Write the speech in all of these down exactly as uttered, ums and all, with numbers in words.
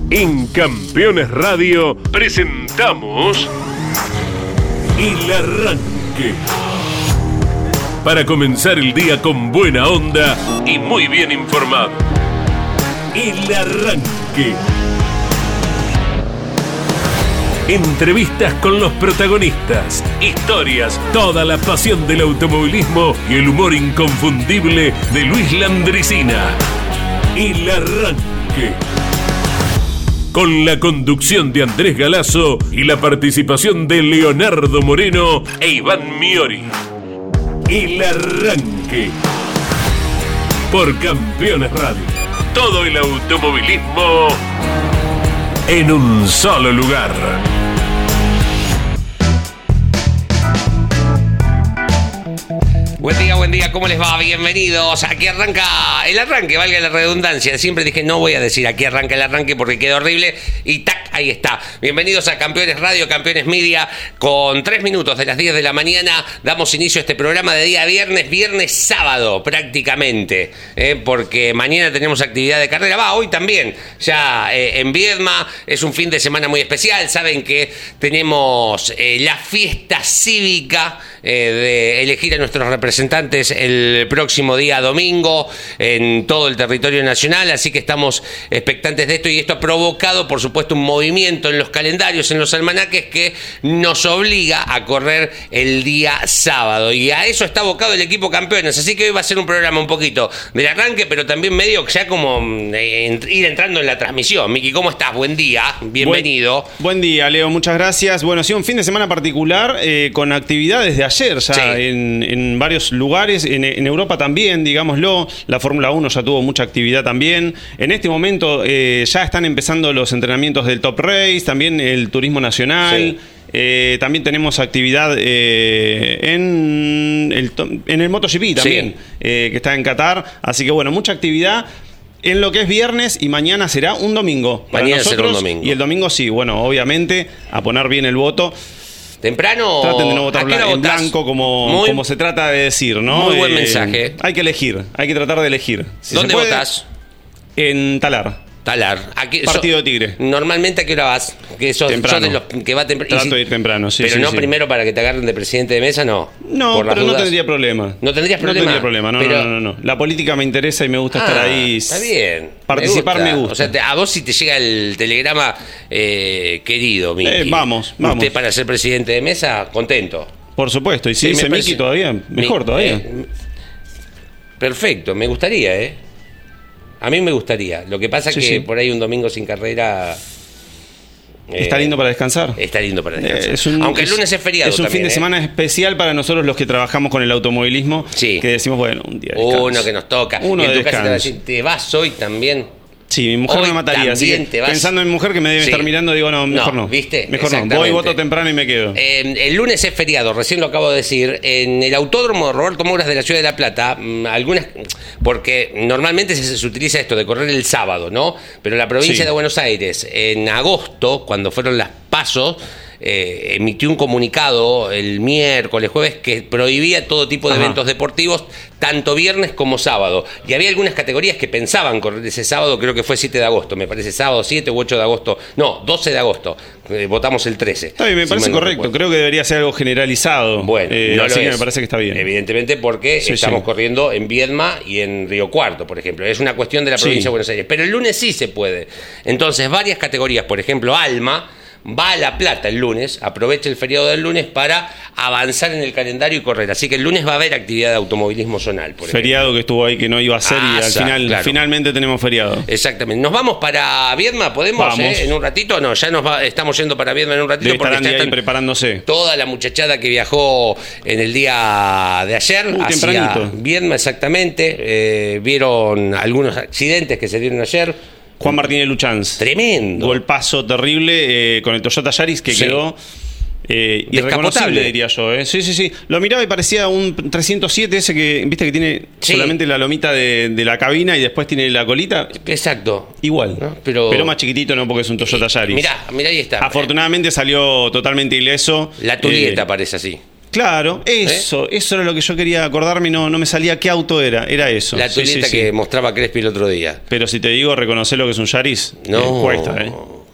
En Campeones Radio presentamos El Arranque. Para comenzar el día con buena onda y muy bien informado. El Arranque. Entrevistas con los protagonistas, historias, toda la pasión del automovilismo y el humor inconfundible de Luis Landricina. El Arranque. Con la conducción de Andrés Galazo y la participación de Leonardo Moreno e Iván Miori. El Arranque. Por Campeones Radio. Todo el automovilismo en un solo lugar. Buen día, buen día, ¿cómo les va? Bienvenidos. Aquí arranca el arranque, valga la redundancia. Siempre dije, no voy a decir aquí arranca el arranque porque queda horrible. Y tac, ahí está. Bienvenidos a Campeones Radio, Campeones Media. Con tres minutos de las diez de la mañana damos inicio a este programa de día viernes, viernes sábado prácticamente. ¿eh? Porque mañana tenemos actividad de carrera. Va, hoy también. Ya eh, en Viedma es un fin de semana muy especial. Saben que tenemos eh, la fiesta cívica eh, de elegir a nuestros representantes representantes el próximo día domingo en todo el territorio nacional, así que estamos expectantes de esto y esto ha provocado por supuesto un movimiento en los calendarios, en los almanaques que nos obliga a correr el día sábado y a eso está abocado el equipo Campeones, así que hoy va a ser un programa un poquito del arranque pero también medio ya como eh, ir entrando en la transmisión. Miki, ¿cómo estás? Buen día, bienvenido. Buen, buen día, Leo, muchas gracias. Bueno, sí, un fin de semana particular eh, con actividades de ayer ya sí. en, en varios lugares, en, en Europa también, digámoslo, la Fórmula uno ya tuvo mucha actividad también. En este momento eh, ya están empezando los entrenamientos del Top Race, también el turismo nacional. Sí. Eh, también tenemos actividad eh, en, el, en el MotoGP también, sí. eh, que está en Qatar. Así que bueno, mucha actividad. En lo que es viernes y mañana será un domingo. Para mañana nosotros, será un domingo. Y el domingo sí, bueno, obviamente, a poner bien el voto. Temprano. Traten de no votar blan- en blanco como, muy, como se trata de decir, ¿no? Muy buen eh, mensaje. Hay que elegir, hay que tratar de elegir. Si ¿Dónde votás? En Talar. Talar. Aquí, Partido so, de Tigre. Normalmente, ¿a qué hora vas? Que sos, temprano. sos de los que va temprano. Trato de ir temprano, sí. Pero sí, no sí. primero para que te agarren de presidente de mesa, no. No, Por pero las no dudas. tendría problema. ¿No tendrías problema? No tendría problema, no, pero... no, no, no. La política me interesa y me gusta ah, estar ahí. Está bien. Participar me gusta. Me gusta. O sea, te, a vos si te llega el telegrama, eh, querido, Miki. Eh, vamos, vamos. Usted para ser presidente de mesa, contento. Por supuesto. Y si sí, dice Miki todavía, mejor Mi, todavía. Eh, perfecto, me gustaría, ¿eh? A mí me gustaría. Lo que pasa es sí, que sí. por ahí un domingo sin carrera... Eh, está lindo para descansar. Está lindo para descansar. Eh, es un, Aunque el lunes es feriado. Es un también, fin de ¿eh? semana especial para nosotros los que trabajamos con el automovilismo. Sí. Que decimos, bueno, un día de descanso. Uno que nos toca. Uno y en de tu casa te va a descanso. decir, ¿te vas hoy también? Sí, mi mujer hoy me mataría. Así que, te vas... pensando en mujer que me debe sí. estar mirando, digo, no, mejor no. no. ¿Viste? Mejor no. Voy, voto temprano y me quedo. Eh, el lunes es feriado, recién lo acabo de decir. En el autódromo de Roberto Mouras de la Ciudad de La Plata, algunas. Porque normalmente se, se utiliza esto de correr el sábado, ¿no? Pero la provincia sí. de Buenos Aires, en agosto, cuando fueron las pasos. Eh, emitió un comunicado el miércoles, jueves, que prohibía todo tipo de Ajá. eventos deportivos, tanto viernes como sábado. Y había algunas categorías que pensaban correr ese sábado, creo que fue siete de agosto, me parece sábado siete u ocho de agosto, no, doce de agosto, eh, votamos el trece. Está bien, me si parece correcto, recuerdo. Creo que debería ser algo generalizado. Bueno, eh, no así lo que es. me parece que está bien. Evidentemente porque sí, estamos sí. corriendo en Viedma y en Río Cuarto, por ejemplo. Es una cuestión de la provincia sí. de Buenos Aires. Pero el lunes sí se puede. Entonces, varias categorías, por ejemplo, Alma, va a La Plata el lunes, aprovecha el feriado del lunes para avanzar en el calendario y correr. Así que el lunes va a haber actividad de automovilismo zonal. Por feriado ejemplo. que estuvo ahí que no iba a ser ah, y al final claro. finalmente tenemos feriado. Exactamente. ¿Nos vamos para Viedma? ¿Podemos vamos. Eh, en un ratito? No, ya nos va, estamos yendo para Viedma en un ratito. Debe porque estarán ya están ahí preparándose. Toda la muchachada que viajó en el día de ayer uh, hacia tempranito. Viedma, exactamente. Eh, vieron algunos accidentes que se dieron ayer. Juan Martínez Luchanz. Tremendo. Golpazo terrible eh, con el Toyota Yaris que sí. quedó eh, irreconocible, diría yo. Eh. Sí, sí, sí. Lo miraba y parecía un trescientos siete, ese que, viste, que tiene sí. solamente la lomita de, de la cabina y después tiene la colita. Exacto. Igual. ¿No? Pero, pero más chiquitito, no, porque es un Toyota Yaris. Mirá, mirá, ahí está. Afortunadamente salió totalmente ileso. La Tulieta eh, parece así. Claro, eso, ¿Eh? eso era lo que yo quería acordarme y no, no me salía qué auto era, era eso. La tulita sí, sí, que sí. mostraba Crespi el otro día. Pero si te digo, reconocer lo que es un Yaris, no. eh, cuesta, ¿eh?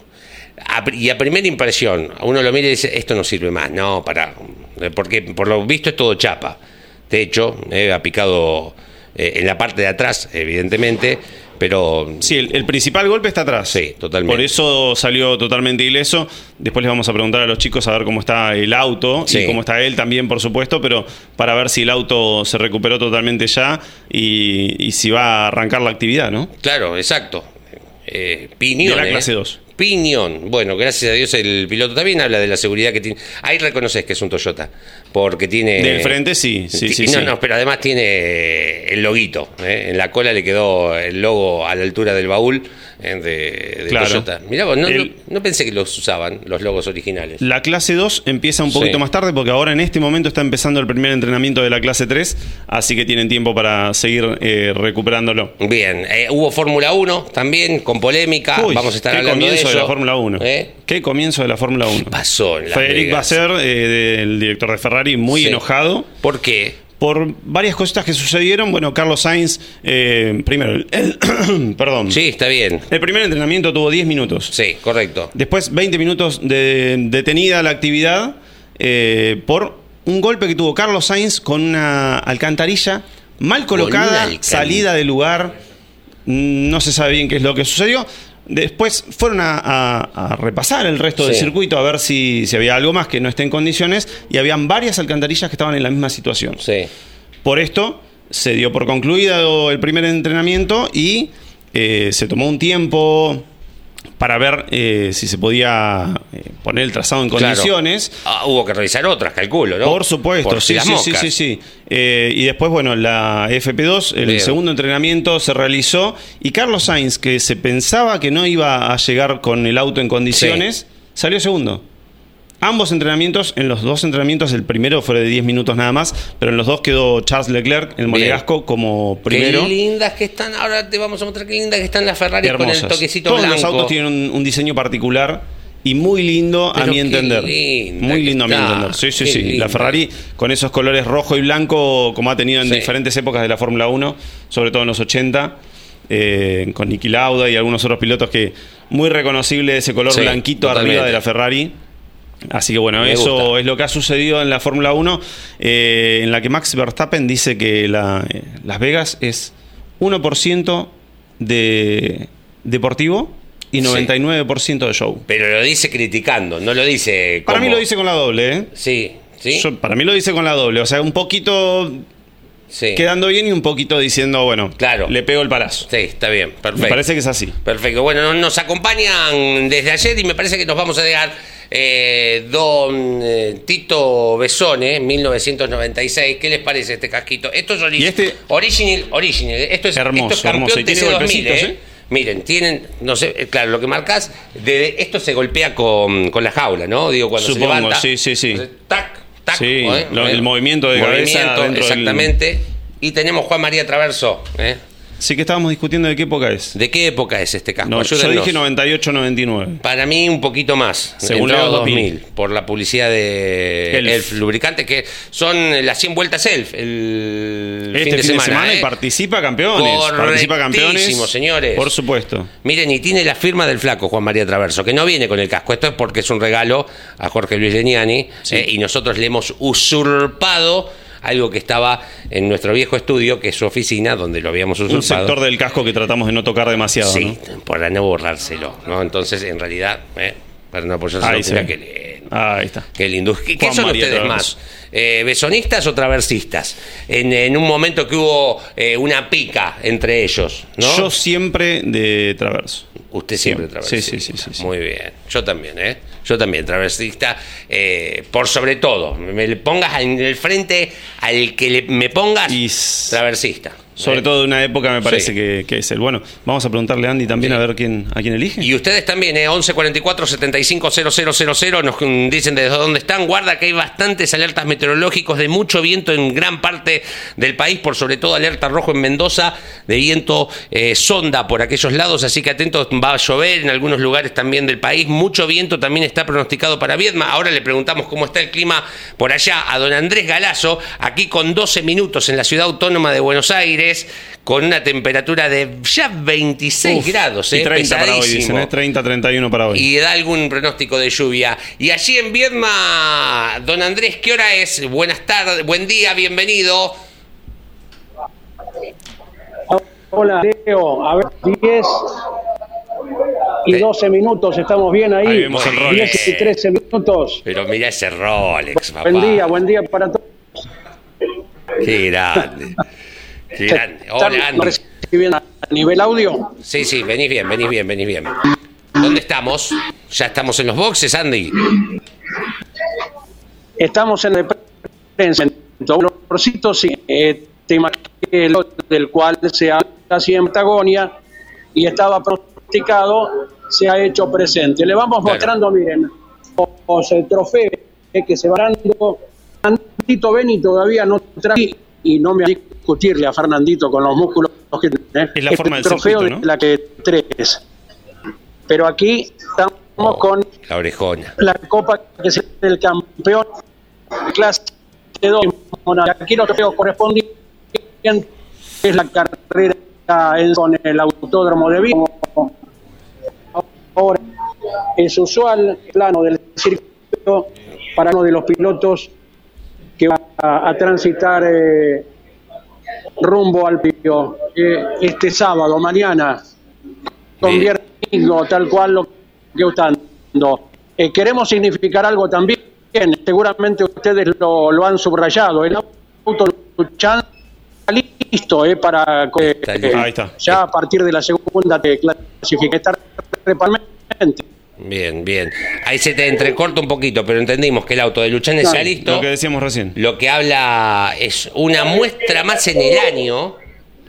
A, y a primera impresión, uno lo mira y dice, esto no sirve más. No, para, porque por lo visto es todo chapa. De hecho, eh, ha picado eh, en la parte de atrás, evidentemente, pero... Sí, el, el principal golpe está atrás. Sí, totalmente. Por eso salió totalmente ileso. Después les vamos a preguntar a los chicos a ver cómo está el auto sí. y cómo está él también, por supuesto, pero para ver si el auto se recuperó totalmente ya y, y si va a arrancar la actividad, ¿no? Claro, exacto. Eh, Piñón, de la clase eh. dos. Piñón. Bueno, gracias a Dios el piloto también habla de la seguridad que tiene. Ahí reconoces que es un Toyota, porque tiene... Del frente sí, sí, sí. No, sí. no, pero además tiene el loguito. ¿eh? En la cola le quedó el logo a la altura del baúl eh, de, de claro. Toyota. Mirá vos, no, el... no, no pensé que los usaban, los logos originales. La clase dos empieza un poquito sí. más tarde, porque ahora en este momento está empezando el primer entrenamiento de la clase tres, así que tienen tiempo para seguir eh, recuperándolo. Bien, eh, hubo Fórmula uno también, con polémica. Uy, vamos a estar qué hablando de eso. de la Fórmula uno. ¿Eh? Qué comienzo de la Fórmula uno. ¿Qué pasó en Las Federic Vegas? Vasser, eh, del director de Ferrari, muy sí. enojado. ¿Por qué? Por varias cositas que sucedieron. Bueno, Carlos Sainz, eh, primero, el, el, perdón. Sí, está bien. El primer entrenamiento tuvo diez minutos. Sí, correcto. Después veinte minutos de detenida la actividad eh, por un golpe que tuvo Carlos Sainz con una alcantarilla mal colocada, alcan... salida de lugar. No se sabe bien qué es lo que sucedió. Después fueron a, a, a repasar el resto sí. del circuito a ver si, si había algo más que no esté en condiciones, y habían varias alcantarillas que estaban en la misma situación. Sí. Por esto se dio por concluido el primer entrenamiento y eh, se tomó un tiempo para ver eh, si se podía eh, poner el trazado en condiciones. Claro. Ah, hubo que revisar otras, calculo, ¿no? Por supuesto, por sí, sí, sí, sí, sí. Eh, y después, bueno, la F P dos, el Bien. segundo entrenamiento se realizó, y Carlos Sainz, que se pensaba que no iba a llegar con el auto en condiciones, sí. salió segundo. Ambos entrenamientos, en los dos entrenamientos, el primero fue de diez minutos nada más, pero en los dos quedó Charles Leclerc, el monegasco, como primero. Qué lindas que están, ahora te vamos a mostrar qué lindas que están las Ferrari con el toquecito Todos blanco. Todos los autos tienen un, un diseño particular y muy lindo pero a mi entender. Muy lindo a mi entender. Sí, sí, sí. Linda. La Ferrari con esos colores rojo y blanco, como ha tenido en sí. diferentes épocas de la Fórmula uno, sobre todo en los ochenta, eh, con Niki Lauda y algunos otros pilotos, que muy reconocible ese color sí, blanquito totalmente. Arriba de la Ferrari. Así que bueno, Me eso gusta. es lo que ha sucedido en la Fórmula uno, eh, en la que Max Verstappen dice que la, eh, Las Vegas es uno por ciento de deportivo y noventa y nueve por ciento sí. de show. Pero lo dice criticando, no lo dice como... Para mí lo dice con la doble, ¿eh? Sí, sí. Yo, para mí lo dice con la doble, o sea, un poquito... Sí. Quedando bien y un poquito diciendo, bueno, claro. le pego el palazo. Sí, está bien, perfecto. Me parece que es así. Perfecto. Bueno, nos acompañan desde ayer y me parece que nos vamos a dejar eh, don eh, Tito Besone, mil novecientos noventa y seis. ¿Qué les parece este casquito? Esto es ori este... original, original. Esto es, hermoso, esto es campeón hermoso. ¿Y T C tiene dos mil, golpecitos, ¿eh? eh? Miren, tienen, no sé, claro, lo que marcas, de, esto se golpea con, con la jaula, ¿no? Digo, cuando Supongo, se levanta. sí, sí, sí. Entonces, tac, tac. Sí, ¿eh? lo, el movimiento de movimiento, cabeza dentro exactamente. Del... Y tenemos Juan María Traverso, ¿eh? Sí, que estábamos discutiendo de qué época es. ¿De qué época es este casco? No, yo dije noventa y ocho, noventa y nueve. Para mí un poquito más. Según los dos mil. Por la publicidad de Elf, Elf Lubricantes, que son las cien vueltas Elf el este fin de semana. semana ¿eh? Y participa campeones. Participa campeones. Señores. Por supuesto. Miren, y tiene la firma del flaco Juan María Traverso, que no viene con el casco. Esto es porque es un regalo a Jorge Luis Legnani, sí. eh, y nosotros le hemos usurpado algo que estaba en nuestro viejo estudio, que es su oficina, donde lo habíamos usurpado. Un sector del casco que tratamos de no tocar demasiado, sí, ¿no? para no borrárselo, ¿no? Entonces, en realidad, eh, para no apoyárselo, sí. mira qué lindo. Ahí está. Qué lindo. ¿Qué, ¿qué son María ustedes Traverso. más? Eh, ¿Besonistas o traversistas? En, en un momento que hubo eh, una pica entre ellos, ¿no? Yo siempre de Traverso. Usted siempre, siempre traversista. Sí, sí, sí, sí, sí. Muy bien. Yo también, ¿eh? Yo también, traversista. Eh, por sobre todo, me le pongas en el frente al que le, me pongas, y traversista. Sobre eh. todo de una época me parece Sí. que, que es él. Bueno, vamos a preguntarle a Andy también Sí. a ver quién a quién elige. Y ustedes también, ¿eh? once cuarenta y cuatro setenta y cinco cero cero cero cero, nos dicen desde dónde están. Guarda que hay bastantes alertas meteorológicos de mucho viento en gran parte del país, por sobre todo alerta rojo en Mendoza, de viento eh, sonda por aquellos lados, así que atentos, va a llover en algunos lugares también del país. Mucho viento también está pronosticado para Viedma. Ahora le preguntamos cómo está el clima por allá a don Andrés Galazo, aquí con doce minutos en la ciudad autónoma de Buenos Aires, con una temperatura de ya veintiséis Uf, grados, eh, y treinta para hoy, pesadísimo. dicen, ¿eh? treinta, treinta y uno para hoy. Y da algún pronóstico de lluvia. Y allí en Viedma, don Andrés, ¿qué hora es? Buenas tardes, buen día, bienvenido. Hola, Leo. A ver, diez y doce minutos, estamos bien ahí. Ahí vemos el Rolex. diez y trece minutos. Pero mirá ese Rolex, papá. Buen día, buen día para todos. Qué grande. Qué grande. Hola, ¿Están Andy. recibiendo a nivel audio? Sí, sí, venís bien, venís bien, venís bien. ¿Dónde estamos? ¿Ya estamos en los boxes, Andy? Estamos en el prensa. Los porcitos, sí, eh, tema del cual se habla así en Patagonia y estaba pronosticado, se ha hecho presente. Le vamos Claro. mostrando, miren, los eh, trofeos eh, que se van dando. Fernandito Beni todavía no trae, y no me voy a discutirle a Fernandito con los músculos que tiene. Es la el forma del trofeo circuito, ¿no? de la que tres. Pero aquí estamos Oh, con la orejona. la copa que es el campeón clase dos. Aquí los trofeos correspondientes es la carrera en, con el autódromo de Vigo. Ahora es usual el plano del circuito para uno de los pilotos que va a, a transitar eh, rumbo al Pío eh, este sábado, mañana, convierte tal cual lo que están dando. Eh, queremos significar algo también, seguramente ustedes lo, lo han subrayado, el auto luchando listo eh, para eh, Ahí está. ya a partir de la segunda te clasifica, estar preparamente. Bien, bien. Ahí se te entrecorta un poquito, pero entendimos que el auto de Luchán está listo. Lo que decíamos recién. Lo que habla es una muestra más en el año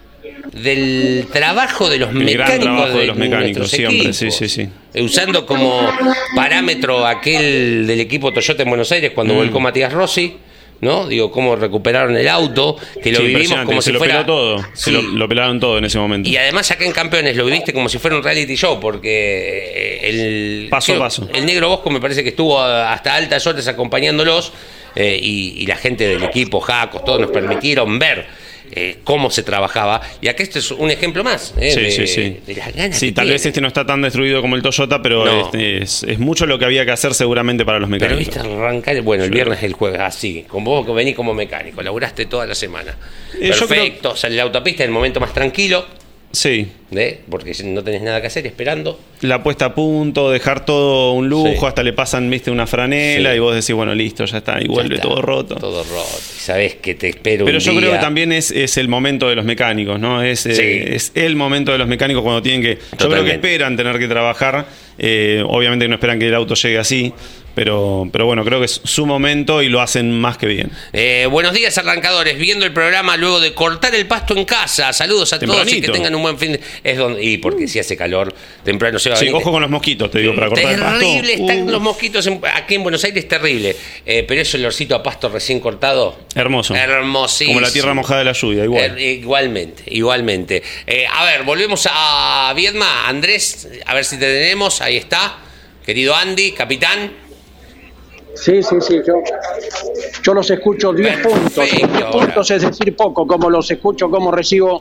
del trabajo de los El gran mecánicos trabajo de los nuestros mecánicos, siempre, equipos. sí, sí, sí. Usando como parámetro aquel del equipo Toyota en Buenos Aires cuando Mm. volcó Matías Rossi, ¿no? Digo, cómo recuperaron el auto, que lo Sí, vivimos impresionante, como se si lo fuera... peló todo. Se Sí. lo, lo pelaron todo en ese momento. Y además acá en Campeones lo viviste como si fuera un reality show, porque el, Paso a creo, paso. el Negro Bosco me parece que estuvo hasta altas horas acompañándolos eh, y, y la gente del equipo, Jacos, todos nos permitieron ver eh, cómo se trabajaba. Y acá este es un ejemplo más eh, Sí, de, sí, sí. de las ganas Sí, que tal tiene. vez este no está tan destruido como el Toyota, pero No. este es, es mucho lo que había que hacer seguramente para los Pero mecánicos. viste arrancar, bueno, el viernes, el jueves, así, con vos que venís como mecánico, laburaste toda la semana. Eh, yo Perfecto, sale la autopista en el momento más tranquilo, Sí, ¿eh? Porque no tenés nada que hacer, esperando. la puesta a punto, dejar todo un lujo, Sí. hasta le pasan, viste, una franela Sí. y vos decís, bueno, listo, ya está, y Ya vuelve está, todo roto. Todo roto. Y sabés que te espero Pero un yo día. creo que también es, es el momento de los mecánicos, ¿no? Es, eh, Sí. es el momento de los mecánicos cuando tienen que... Yo creo que Totalmente. esperan tener que trabajar, eh, obviamente no esperan que el auto llegue así, pero, pero bueno, creo que es su momento y lo hacen más que bien. Eh, buenos días, arrancadores. Viendo el programa luego de cortar el pasto en casa. Saludos a todos y que Tempranito. tengan un buen fin de... Es donde... Y porque si hace calor, temprano se va a Sí, venir. ojo con los mosquitos, te digo, para cortar el pasto. Terrible están Uh, los mosquitos en- aquí en Buenos Aires, terrible. Eh, pero ese olorcito a pasto recién cortado, Hermoso. hermosísimo. Como la tierra mojada de la lluvia, igual. Eh, igualmente, igualmente. Eh, a ver, volvemos a Viedma. Andrés, a ver si te tenemos. Ahí está. Querido Andy, capitán. Sí, sí, sí, yo, yo los escucho diez Perfecto, puntos. diez ahora. puntos es decir poco, como los escucho, como recibo.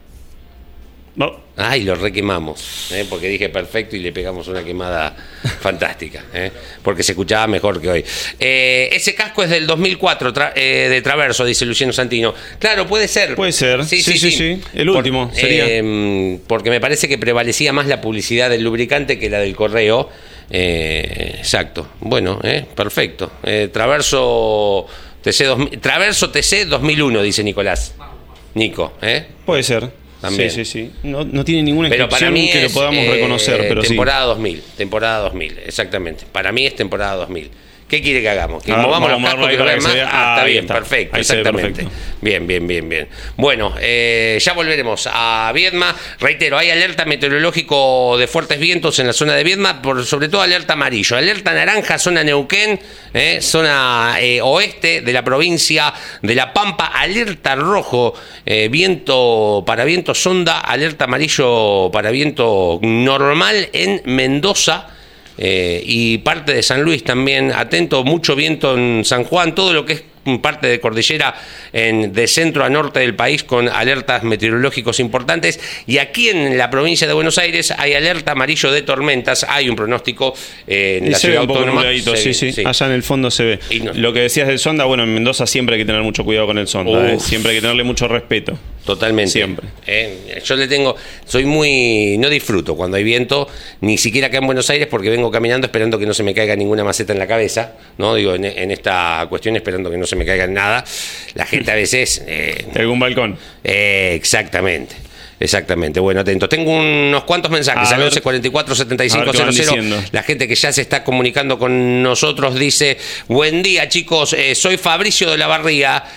No, Ay, lo requemamos, ¿eh? Porque dije perfecto y le pegamos una quemada fantástica, ¿eh? Porque se escuchaba mejor que hoy. Eh, ese casco es del dos mil cuatro, tra- eh, de Traverso, dice Luciano Santino. Claro, puede ser. Puede ser. Sí, sí, sí. El último sería. eh, porque me parece que prevalecía más la publicidad del lubricante que la del correo. Eh, exacto. Bueno, eh, perfecto. Eh, Traverso T C dos mil, Traverso T C dos mil uno, dice Nicolás. Nico, ¿eh? puede ser. También. Sí, sí, sí. No, no tiene ninguna Pero para inscripción mí que es, lo podamos eh, reconocer, pero sí. temporada dos mil, temporada dos mil, exactamente. Para mí es temporada dos mil. ¿Qué quiere que hagamos? ¿Que Ah, movamos vamos los a cascos que mover lo para vean que más? se vea. Ah, Ah, está ahí bien, está. perfecto, Ahí se ve exactamente. perfecto. Bien, bien, bien, bien. Bueno, eh, ya volveremos a Viedma. Reitero, hay alerta meteorológico de fuertes vientos en la zona de Viedma, por sobre todo alerta amarillo. Alerta naranja, zona Neuquén, eh, zona eh, oeste de la provincia de La Pampa. Alerta rojo, eh, viento para viento sonda. Alerta amarillo para viento normal en Mendoza. Eh, y parte de San Luis también, atento, mucho viento en San Juan, todo lo que es parte de cordillera en, de centro a norte del país con alertas meteorológicos importantes, y aquí en la provincia de Buenos Aires hay alerta amarillo de tormentas, hay un pronóstico eh, en Y la se ve ciudad un poco autónoma. nubladito, sí, sí, sí. allá en el fondo se ve. Y no- Lo que decías del sonda, bueno, en Mendoza siempre hay que tener mucho cuidado con el sonda, ¿eh? Uf. Siempre hay que tenerle mucho respeto. Totalmente. Siempre. Eh, yo le tengo, soy muy, no disfruto cuando hay viento, ni siquiera acá en Buenos Aires, porque vengo caminando esperando que no se me caiga ninguna maceta en la cabeza, ¿no? Digo, en, en esta cuestión esperando que no se me caiga nada. La gente a veces... eh, ¿De algún balcón? eh, exactamente. Exactamente, bueno, atentos. Tengo unos cuantos mensajes A al ver. once cuarenta y cuatro setenta y cinco A ver qué cero van cero. diciendo. La gente que ya se está comunicando con nosotros dice: buen día, chicos, eh, soy Fabricio de la Barría,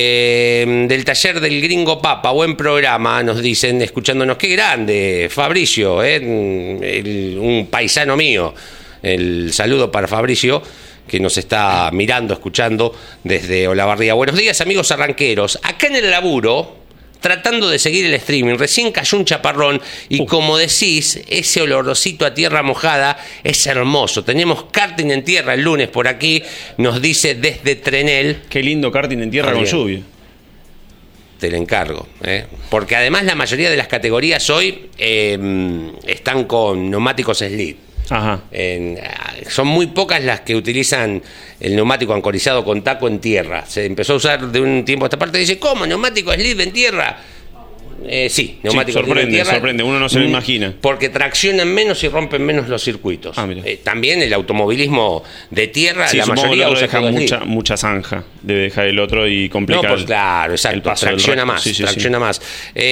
eh, del taller del Gringo Papa. Buen programa, nos dicen, escuchándonos. Qué grande, Fabricio, eh, el- un paisano mío. El saludo para Fabricio, que nos está mirando, escuchando desde Olavarría. Buenos días, amigos arranqueros. Acá en el laburo, tratando de seguir el streaming, recién cayó un chaparrón y, como decís, ese olorosito a tierra mojada es hermoso. Tenemos karting en tierra el lunes por aquí, nos dice desde Trenel. Qué lindo karting en tierra Ah, con bien. lluvia. Te lo encargo, ¿eh? Porque además la mayoría de las categorías hoy eh, están con neumáticos slip. Ajá. En, son muy pocas las que utilizan el neumático ancorizado con taco en tierra. Se empezó a usar de un tiempo a esta parte. Dice, ¿cómo? ¿Neumático slip en tierra? Eh, sí, neumático slip en sorprende, tierra. sorprende. Uno no se lo Mm, imagina. Porque traccionan menos y rompen menos los circuitos. Ah, mira. Eh, también el automovilismo de tierra, Sí, la supongo que el mayoría otro usa deja todo slip. mucha, mucha zanja. Debe dejar el otro y No, complicar pues claro, el exacto, paso del tracciona resto. más, Sí, sí, sí. tracciona más.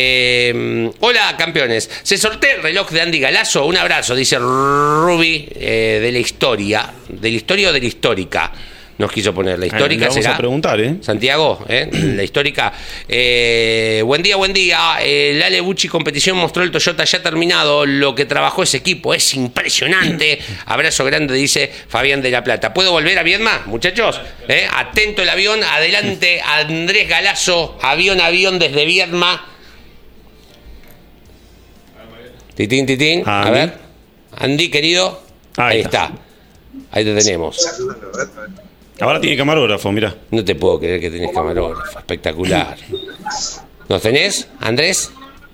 Eh, hola, campeones. Se sortea el reloj de Andy Galazo. Un abrazo, dice Ruby, eh, de la historia. ¿De la historia o de la histórica? Nos quiso poner la histórica. Le vamos ¿será? a preguntar, ¿eh? Santiago, ¿eh? La histórica. Eh, buen día, buen día. El Ale Bucci Competición mostró el Toyota ya terminado. Lo que trabajó ese equipo es impresionante. Abrazo grande, dice Fabián de la Plata. ¿Puedo volver a Viedma, muchachos? ¿Eh? Atento el avión. Adelante, Andrés Galazo. Avión, avión desde Viedma. Titín, titín. A Andy. ver. Andy, querido. Ahí Ahí está. está. Ahí te tenemos. Ahora tiene camarógrafo, mirá. No te puedo creer que tenés camarógrafo. Espectacular. ¿Nos tenés, Andrés?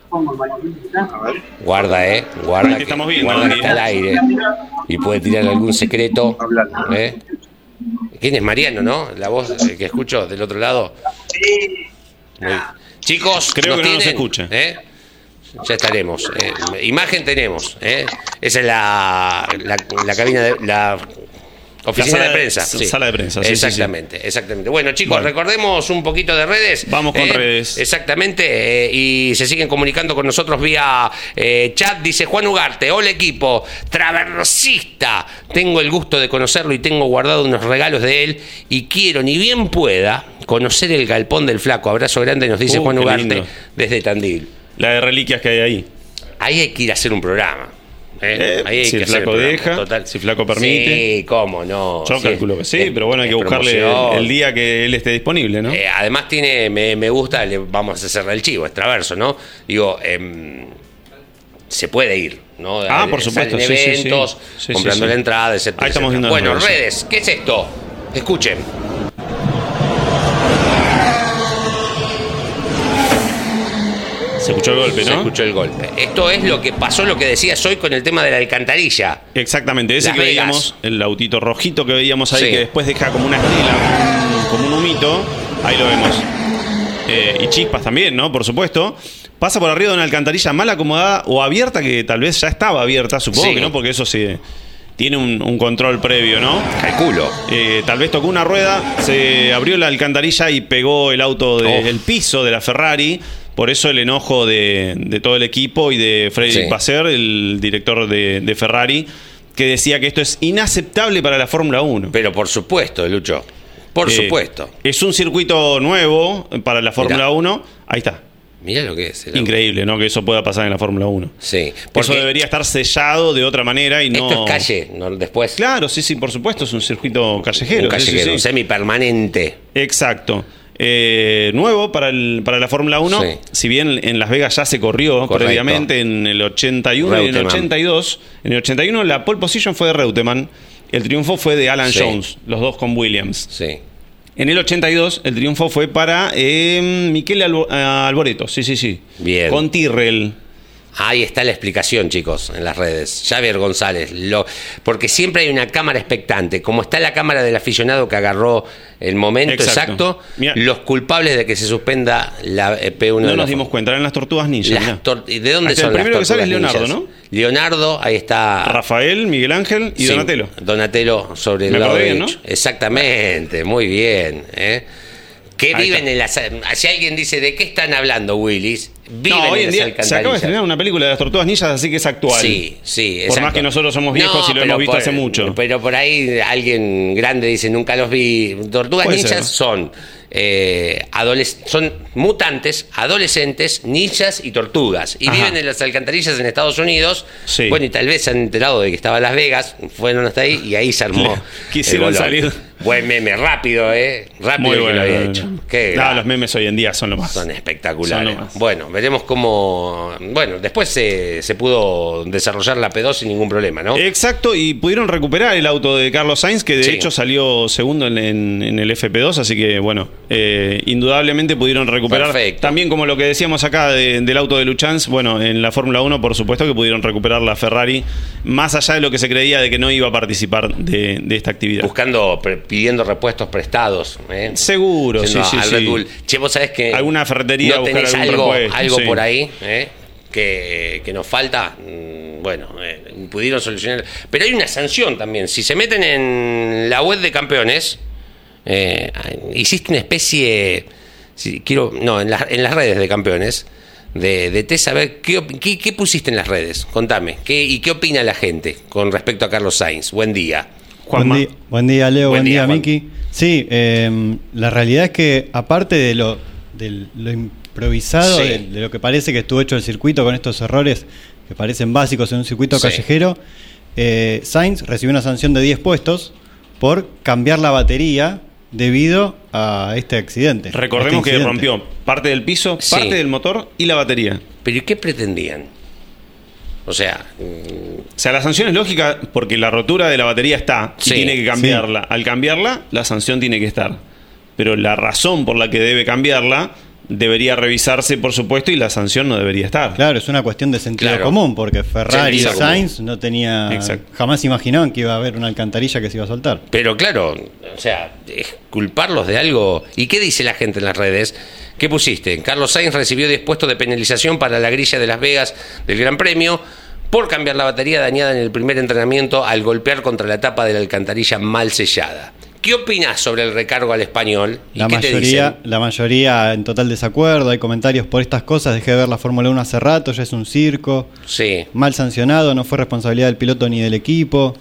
Guarda, eh. Guarda Ahí te que, estamos viendo, guarda que Andy. está al aire. Y puede tirar algún secreto. ¿Eh? ¿Quién es Mariano, no? La voz eh, que escucho del otro lado. Muy- Chicos, Creo que no nos tienen? escucha. ¿Eh? Ya estaremos. eh. Imagen tenemos. ¿eh? Esa es la, la, la cabina de la oficina sala de de- prensa. sí. sala de prensa, sí, sí, sí. Exactamente, exactamente. Bueno, chicos, Bueno. recordemos un poquito de redes. Vamos con ¿eh? redes. Exactamente. eh, y se siguen comunicando con nosotros vía eh, chat. Dice Juan Ugarte, hola equipo, traversista. Tengo el gusto de conocerlo y tengo guardado unos regalos de él y quiero, ni bien pueda, conocer el galpón del flaco. Abrazo grande, nos dice Uh, Juan qué Ugarte lindo. desde Tandil. La de reliquias que hay ahí. Ahí hay que ir a hacer un programa. ¿eh? Eh, Ahí hay si que el hacer flaco programa, deja, total. si el flaco permite. Sí, cómo no. Yo Sí, calculo que sí, es- pero bueno, hay que es buscarle promoción. el día que él esté disponible, ¿no? Eh, además tiene, me, me gusta, le vamos a hacerle el chivo, es Traverso, ¿no? Digo, em, se puede ir, ¿no? Ah, por supuesto, Salen sí, sí, sí. eventos, Sí, sí, comprando sí. la entrada, etcétera. Ahí estamos etcétera. viendo las Bueno, redes. redes, ¿qué es esto? Escuchen. Se escuchó el golpe, Se ¿no? escuchó el golpe. Esto es lo que pasó, lo que decías hoy con el tema de la alcantarilla. Exactamente, ese Las que Vegas. veíamos, el autito rojito que veíamos ahí, Sí. que después deja como una estela, como un, como un humito, ahí lo vemos. Eh, y chispas también, ¿no? Por supuesto. Pasa por arriba de una alcantarilla mal acomodada o abierta, que tal vez ya estaba abierta, supongo Sí. que no, porque eso se tiene un, un control previo, ¿no? Calculo. Eh, tal vez tocó una rueda, se abrió la alcantarilla y pegó el auto del Oh. piso de la Ferrari. Por eso el enojo de, de todo el equipo y de Frederick Sí. Basser, el director de, de Ferrari, que decía que esto es inaceptable para la Fórmula uno. Pero por supuesto, Lucho. Por eh, supuesto. Es un circuito nuevo para la Fórmula uno. Ahí está. Mirá lo que es. Increíble, ¿no? Que eso pueda pasar en la Fórmula uno. Sí. Eso debería estar sellado de otra manera y no... Esto es calle, ¿no? Después. Claro, sí, sí, por supuesto. Es un circuito callejero. Un callejero, sí, sí, sí. semipermanente. Exacto. Eh, nuevo para, el, para la Fórmula uno, sí. Si bien en Las Vegas ya se corrió Correcto. previamente en el ochenta y uno Reutemann. Y en el ochenta y dos. En el ochenta y uno la pole position fue de Reutemann, el triunfo fue de Alan sí. Jones, los dos con Williams. Sí. En el ochenta y dos el triunfo fue para eh, Michele Albo- Alboreto, sí, sí, sí. Bien. Con Tyrrell. Ahí está la explicación, chicos, en las redes. Javier González, lo, porque siempre hay una cámara expectante. Como está la cámara del aficionado que agarró el momento exacto, exacto Mirá, los culpables de que se suspenda la P uno. No nos dimos cuenta, eran las tortugas ninja. Tor- ¿De dónde Hasta son el primero las que sale es ninjas? Leonardo, ¿no? Leonardo, ahí está. Rafael, Miguel Ángel y sí, Donatello. Donatello sobre el Me lado bien, derecho. ¿no? Exactamente, muy bien. ¿eh? Que ahí viven está. en las... Si alguien dice, ¿de qué están hablando, Willis? Viven no, hoy en, en día las se acaba de estrenar una película de las tortugas ninjas, así que es actual. Sí, sí, exacto. Por más que nosotros somos viejos no, y lo hemos visto por, hace mucho. Pero por ahí alguien grande dice, nunca los vi. Tortugas Puede ninjas ser. son... Eh, adoles- son mutantes, adolescentes, ninjas y tortugas. Y Ajá. viven en las alcantarillas en Estados Unidos. Sí. Bueno, y tal vez se han enterado de que estaba en Las Vegas, fueron hasta ahí y ahí se armó. Quisieron salir. Buen meme, rápido, ¿eh? Rápido Muy que bueno, lo había no, hecho. no. Qué no, los memes hoy en día son lo más. Son espectaculares. Son lo más. Bueno, veremos cómo... Bueno, después se, se pudo desarrollar la P dos sin ningún problema, ¿no? Exacto, y pudieron recuperar el auto de Carlos Sainz, que de Sí. hecho salió segundo en, en, en el F P dos, así que bueno, eh, indudablemente pudieron recuperar. Perfecto. También como lo que decíamos acá de, del auto de Luchans, bueno, en la Fórmula uno por supuesto que pudieron recuperar la Ferrari, más allá de lo que se creía de que no iba a participar de, de esta actividad. Buscando, pre- pidiendo repuestos prestados. ¿eh? Seguro, Yendo sí, sí, al sí. Red Bull. Che, vos sabés que... Alguna ferretería ¿no buscar tenés algún algo, repuesto? algo Sí. por ahí ¿eh? que, que nos falta? Mm, Bueno, eh, pudieron solucionar. Pero hay una sanción también. Si se meten en la web de campeones, eh, hiciste una especie... Si quiero, no, en, la, en las redes de campeones, de, de te saber qué, op- qué, qué pusiste en las redes. Contame. ¿qué, ¿Y qué opina la gente con respecto a Carlos Sainz? Buen día. Juanma. Buen día, buen día, Leo. Buen Buen, día, día, Juan. Miki. Sí, eh, la realidad es que aparte de lo, de lo improvisado, Sí. de, de lo que parece que estuvo hecho el circuito con estos errores que parecen básicos en un circuito Sí. callejero, eh, Sainz recibió una sanción de diez puestos por cambiar la batería debido a este accidente. Recordemos este que incidente. rompió parte del piso, Sí. parte del motor y la batería. ¿Pero y qué pretendían? O sea, mm, O sea, la sanción es lógica porque la rotura de la batería está y Sí, tiene que cambiarla. Al cambiarla, la sanción tiene que estar. Pero la razón por la que debe cambiarla debería revisarse, por supuesto, y la sanción no debería estar. Claro, es una cuestión de sentido Claro. común, porque Ferrari y Sentido Sainz no tenía, Exacto. jamás imaginaban que iba a haber una alcantarilla que se iba a soltar. pero claro, o sea, es culparlos de algo. ¿Y qué dice la gente en las redes? ¿Qué pusiste? Carlos Sainz recibió diez puestos de penalización para la grilla de Las Vegas del Gran Premio por cambiar la batería dañada en el primer entrenamiento al golpear contra la tapa de la alcantarilla mal sellada. ¿Qué opinás sobre el recargo al español? ¿Y La qué te mayoría, dicen? la mayoría en total desacuerdo, hay comentarios por estas cosas, dejé de ver la Fórmula uno hace rato, ya es un circo, Sí, mal sancionado, no fue responsabilidad del piloto ni del equipo.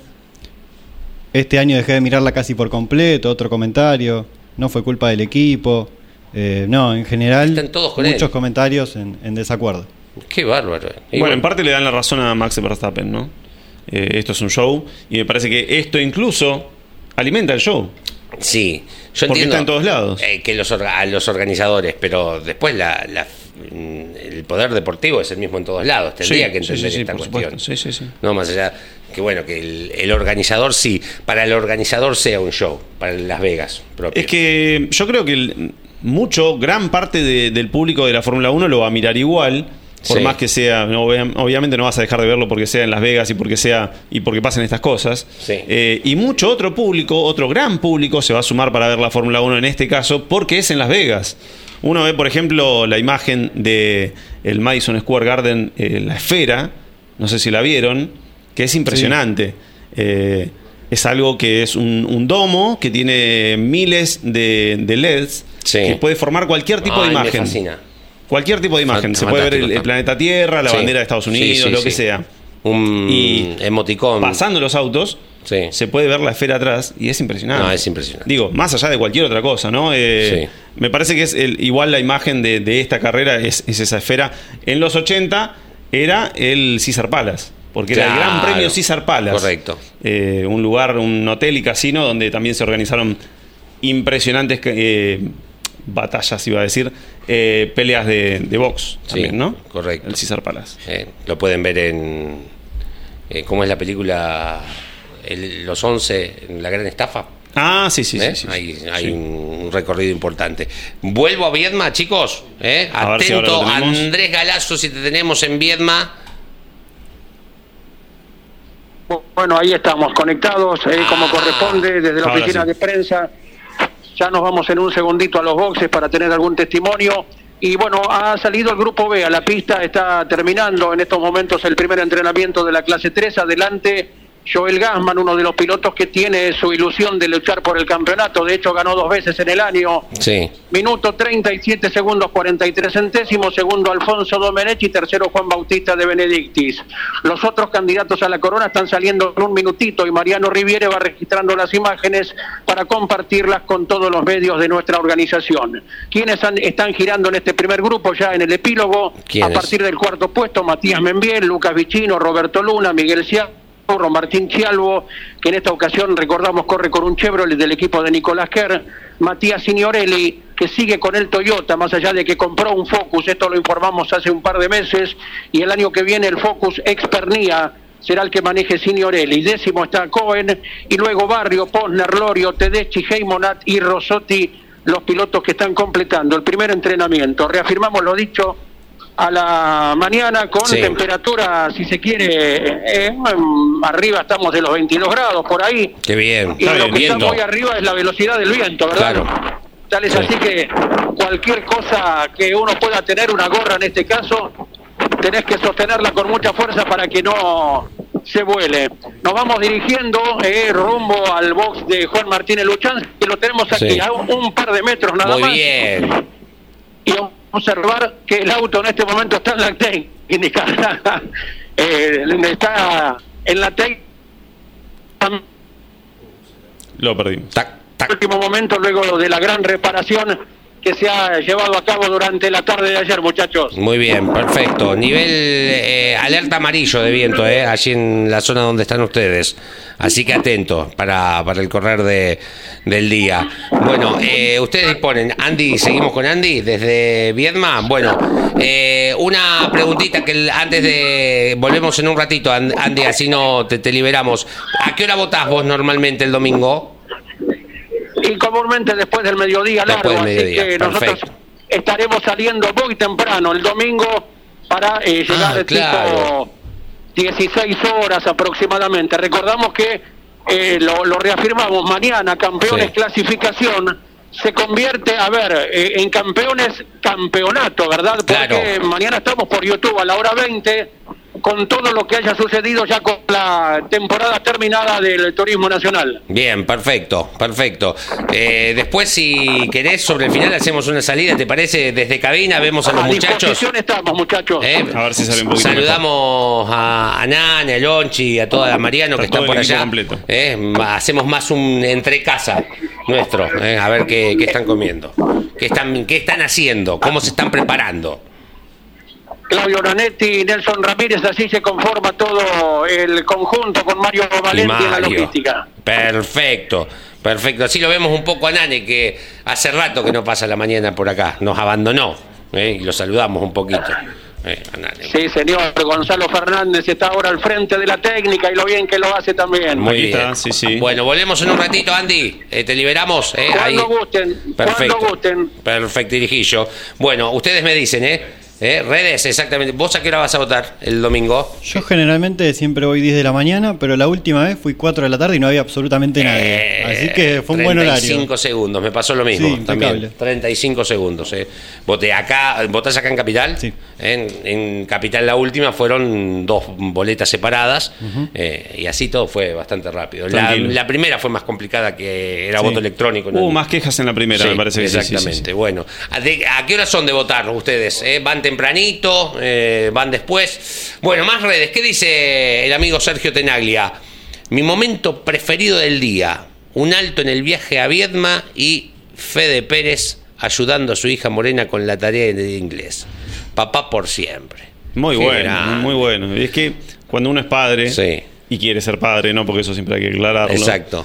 Este año dejé de mirarla casi por completo, otro comentario, no fue culpa del equipo. Eh, no, en general, Están todos con muchos él. comentarios en, en desacuerdo. qué bárbaro. Y Bueno, en parte le dan la razón a Max Verstappen, ¿no? Eh, esto es un show y me parece que esto incluso alimenta el show. Sí, yo Porque entiendo está en todos lados. eh, que los, orga- a los organizadores, pero después la, la- mm, el poder deportivo es el mismo en todos lados. Tendría Sí, que sí, entender sí, sí, esta por cuestión. supuesto. Sí, sí, sí. No, más allá que bueno, que el, el organizador sí, para el organizador sea un show, para Las Vegas propio. Es que yo creo que el- mucho, gran parte de- del público de la Fórmula uno lo va a mirar igual, por Sí. más que sea, no, obvia- obviamente no vas a dejar de verlo porque sea en Las Vegas y porque sea y porque pasen estas cosas. Sí. Eh, y mucho otro público, otro gran público se va a sumar para ver la Fórmula uno en este caso porque es en Las Vegas. Uno ve, por ejemplo, la imagen de el Madison Square Garden, eh, la esfera, no sé si la vieron, que es impresionante. Eh, es algo que es un, un domo que tiene miles de, de L E Ds Sí. que puede formar cualquier tipo Ay, de me imagen. fascina. Cualquier tipo de imagen. Fant- Se puede ver el, fantástico, el planeta Tierra, la Sí. bandera de Estados Sí, Unidos, sí, lo que sí. sea. un y emoticón. Pasando los autos, sí. se puede ver la esfera atrás y es impresionante. No, es impresionante. Digo, más allá de cualquier otra cosa, ¿no? Eh, sí. Me parece que es el, igual la imagen de, de esta carrera es, es esa esfera. En los ochenta era el Caesar Palace, porque claro, era el Gran Premio Caesar Palace. Correcto. Eh, un lugar, un hotel y casino donde también se organizaron impresionantes eh, batallas, iba a decir, eh, peleas de, de box también, sí, ¿no? Correcto. El Caesar Palace. Eh, lo pueden ver en... Eh, ¿Cómo es la película? El, los once, la gran estafa. Ah, sí, sí, ¿Eh? sí, sí. Hay, hay sí. un recorrido importante. Vuelvo a Viedma, chicos. ¿eh? Atento, si Andrés Galazo, si te tenemos en Viedma. Bueno, ahí estamos, conectados, eh, ah, como corresponde, desde la oficina sí. de prensa. Ya nos vamos en un segundito a los boxes para tener algún testimonio. Y bueno, ha salido el grupo B a la pista, está terminando en estos momentos el primer entrenamiento de la clase tres. Adelante Joel Gassman, uno de los pilotos que tiene su ilusión de luchar por el campeonato. De hecho, ganó dos veces en el año. Sí. Minuto treinta y siete segundos cuarenta y tres centésimos. Segundo, Alfonso Domenech. Y tercero, Juan Bautista de Benedictis. Los otros candidatos a la corona están saliendo en un minutito y Mariano Riviere va registrando las imágenes para compartirlas con todos los medios de nuestra organización. ¿Quiénes han, están girando en este primer grupo ya en el epílogo? A partir del cuarto puesto, Matías Membiel, Lucas Vicino, Roberto Luna, Miguel Ciano, Martín Chialvo, que en esta ocasión, recordamos, corre con un Chevrolet del equipo de Nicolás Kerr. Matías Signorelli, que sigue con el Toyota, más allá de que compró un Focus, esto lo informamos hace un par de meses, y el año que viene el Focus Expernía será el que maneje Signorelli. Décimo está Cohen, y luego Barrio, Posner, Lorio, Tedeschi, Heimonat y Rossotti, los pilotos que están completando el primer entrenamiento. Reafirmamos lo dicho a la mañana con sí. temperatura, si se quiere, eh, arriba estamos de los veintidós grados por ahí. Qué bien. Y está lo bien, que viento. está muy arriba es la velocidad del viento, ¿verdad? Claro. Tal es sí. así que cualquier cosa que uno pueda tener, una gorra en este caso, tenés que sostenerla con mucha fuerza para que no se vuele. Nos vamos dirigiendo eh, rumbo al box de Juan Martínez Luchán, que lo tenemos aquí sí. a un, un par de metros nada muy más. Muy bien. Y observar que el auto en este momento está en la técnica, eh, está en la técnica. Lo perdimos. Tac, tac. Último momento, luego de la gran reparación que se ha llevado a cabo durante la tarde de ayer, muchachos. Muy bien, perfecto. Nivel eh, alerta amarillo de viento, eh, allí en la zona donde están ustedes. Así que atento para, para el correr de, del día. Bueno, eh, ustedes disponen. Andy, seguimos con Andy desde Viedma. Bueno, eh, una preguntita que antes de... Volvemos en un ratito, Andy, así no te, te liberamos. ¿A qué hora votás vos normalmente el domingo? Y comúnmente después del mediodía largo, del mediodía. Así que Perfecto. Nosotros estaremos saliendo muy temprano el domingo para eh, llegar ah, claro. tipo dieciséis horas aproximadamente. Recordamos que, eh, lo, lo reafirmamos, mañana campeones sí. clasificación se convierte, a ver, eh, en campeones campeonato, ¿verdad? Porque claro. mañana estamos por YouTube a la hora veinte con todo lo que haya sucedido ya con la temporada terminada del turismo nacional. Bien, perfecto, perfecto. Eh, después, si querés, sobre el final hacemos una salida, ¿te parece? Desde cabina vemos a los a muchachos. A disposición estamos, muchachos. Eh, a ver si sale un poquito Saludamos mejor. a, a Nani, a Lonchi, a toda la Mariano está que están por allá. Eh, hacemos más un entre casa nuestro, eh, a ver qué, qué están comiendo, qué están, qué están haciendo, cómo se están preparando. Claudio Nanetti, Nelson Ramírez, así se conforma todo el conjunto con Mario Valenti en la logística. Perfecto, perfecto. Así lo vemos un poco a Nane, que hace rato que no pasa la mañana por acá, nos abandonó, ¿eh? Y lo saludamos un poquito. Eh, a Nane. Sí, señor, Gonzalo Fernández está ahora al frente de la técnica y lo bien que lo hace también. Muy Aquí bien. Está, sí, sí. Bueno, volvemos en un ratito, Andy. Eh, te liberamos. Eh, cuando ahí. gusten, Perfecto. cuando gusten. Perfecto, Dirijillo. Bueno, ustedes me dicen, ¿eh? ¿Eh? Redes, exactamente. ¿Vos a qué hora vas a votar el domingo? Yo generalmente siempre voy diez de la mañana, pero la última vez fui cuatro de la tarde y no había absolutamente nadie. Eh, Así que fue un buen horario. treinta y cinco segundos, me pasó lo mismo. Sí, también. impecable. treinta y cinco segundos. Eh. Voté acá, ¿votás acá en Capital? Sí. En, en Capital la última fueron dos boletas separadas, uh-huh. eh, y así todo fue bastante rápido. La, la primera fue más complicada, que era sí. voto electrónico. Hubo ¿no? más quejas en la primera, sí, me parece que exactamente. sí. sí, sí, sí. Bueno, ¿a, de, ¿a qué hora son de votar ustedes? Eh? ¿Van temprano? tempranito, eh, van después. Bueno, más redes. ¿Qué dice el amigo Sergio Tenaglia? Mi momento preferido del día. Un alto en el viaje a Viedma y Fede Pérez ayudando a su hija Morena con la tarea de inglés. Papá por siempre. Muy Qué bueno, grande. Muy bueno. Y es que cuando uno es padre sí. y quiere ser padre, ¿no? Porque eso siempre hay que aclararlo. Exacto.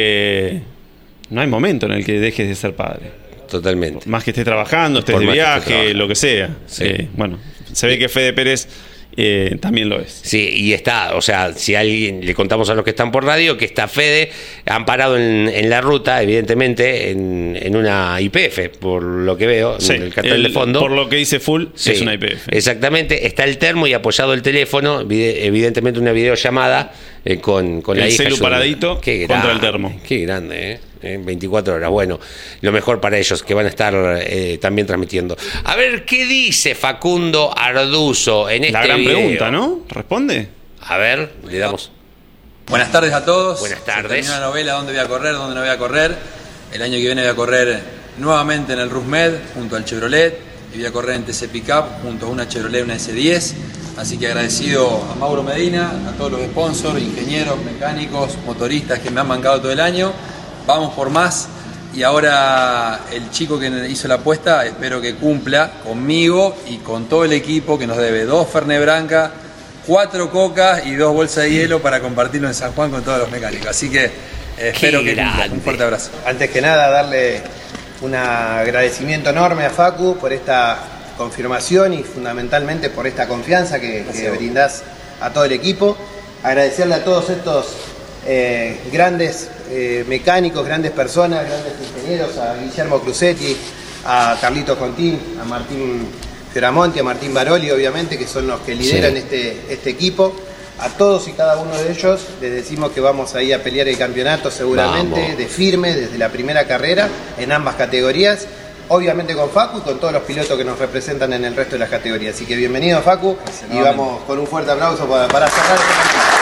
Eh, no hay momento en el que dejes de ser padre. Totalmente. Más que estés trabajando, estés de viaje, lo que sea. Sí. Eh, bueno, se ve que Fede Pérez eh, también lo es. Sí, y está, o sea, si alguien le contamos a los que están por radio que está Fede amparado en, en la ruta, evidentemente, en, en una Y P F, por lo que veo, sí, en el cartel el, de fondo. Por lo que dice Full, sí, es una Y P F. Exactamente, está el termo y apoyado el teléfono, evidentemente una videollamada eh, con, con la el hija. El celu paradito qué contra grande, el termo. Qué grande, ¿eh? En veinticuatro horas. Bueno, lo mejor para ellos que van a estar eh, también transmitiendo. A ver, ¿qué dice Facundo Arduzo en este La gran video? pregunta, ¿no? ¿Responde? A ver, le damos. Buenas tardes a todos. Buenas tardes. Se terminó la novela ¿Dónde voy a correr? ¿Dónde no voy a correr? El año que viene voy a correr nuevamente en el Rusmed junto al Chevrolet y voy a correr en T C Pickup junto a una Chevrolet, una S diez. Así que agradecido a Mauro Medina, a todos los sponsors, ingenieros, mecánicos, motoristas que me han bancado todo el año. Vamos por más y ahora el chico que hizo la apuesta espero que cumpla conmigo y con todo el equipo que nos debe dos Fernet Branca, cuatro cocas y dos bolsas de hielo para compartirlo en San Juan con todos los mecánicos. Así que eh, espero que cumpla. Un fuerte abrazo. Antes que nada darle un agradecimiento enorme a Facu por esta confirmación y fundamentalmente por esta confianza que, que brindás a todo el equipo. Agradecerle a todos estos eh, grandes eh, mecánicos, grandes personas, grandes ingenieros, a Guillermo Crucetti, a Carlitos Contín, a Martín Fioramonti, a Martín Baroli, obviamente, que son los que lideran sí. este, este equipo. A todos y cada uno de ellos les decimos que vamos a ir a pelear el campeonato seguramente vamos. de firme desde la primera carrera en ambas categorías. Obviamente con Facu y con todos los pilotos que nos representan en el resto de las categorías. Así que bienvenido, Facu, y vamos con un fuerte aplauso para, para cerrar este campeonato.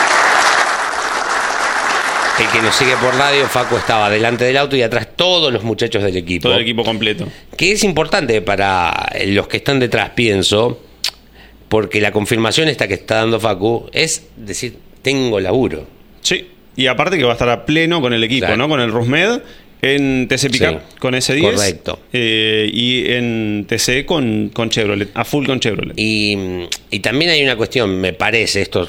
El que nos sigue por radio, Facu estaba delante del auto y atrás todos los muchachos del equipo. Todo el equipo completo. Que es importante para los que están detrás, pienso, porque la confirmación esta que está dando Facu es decir, tengo laburo. Sí, y aparte que va a estar a pleno con el equipo, claro. ¿no? Con el Rusmed en T C Pickup sí, con S diez. Correcto. Eh, y en T C con, con Chevrolet, a full con Chevrolet. Y, y también hay una cuestión, me parece, esto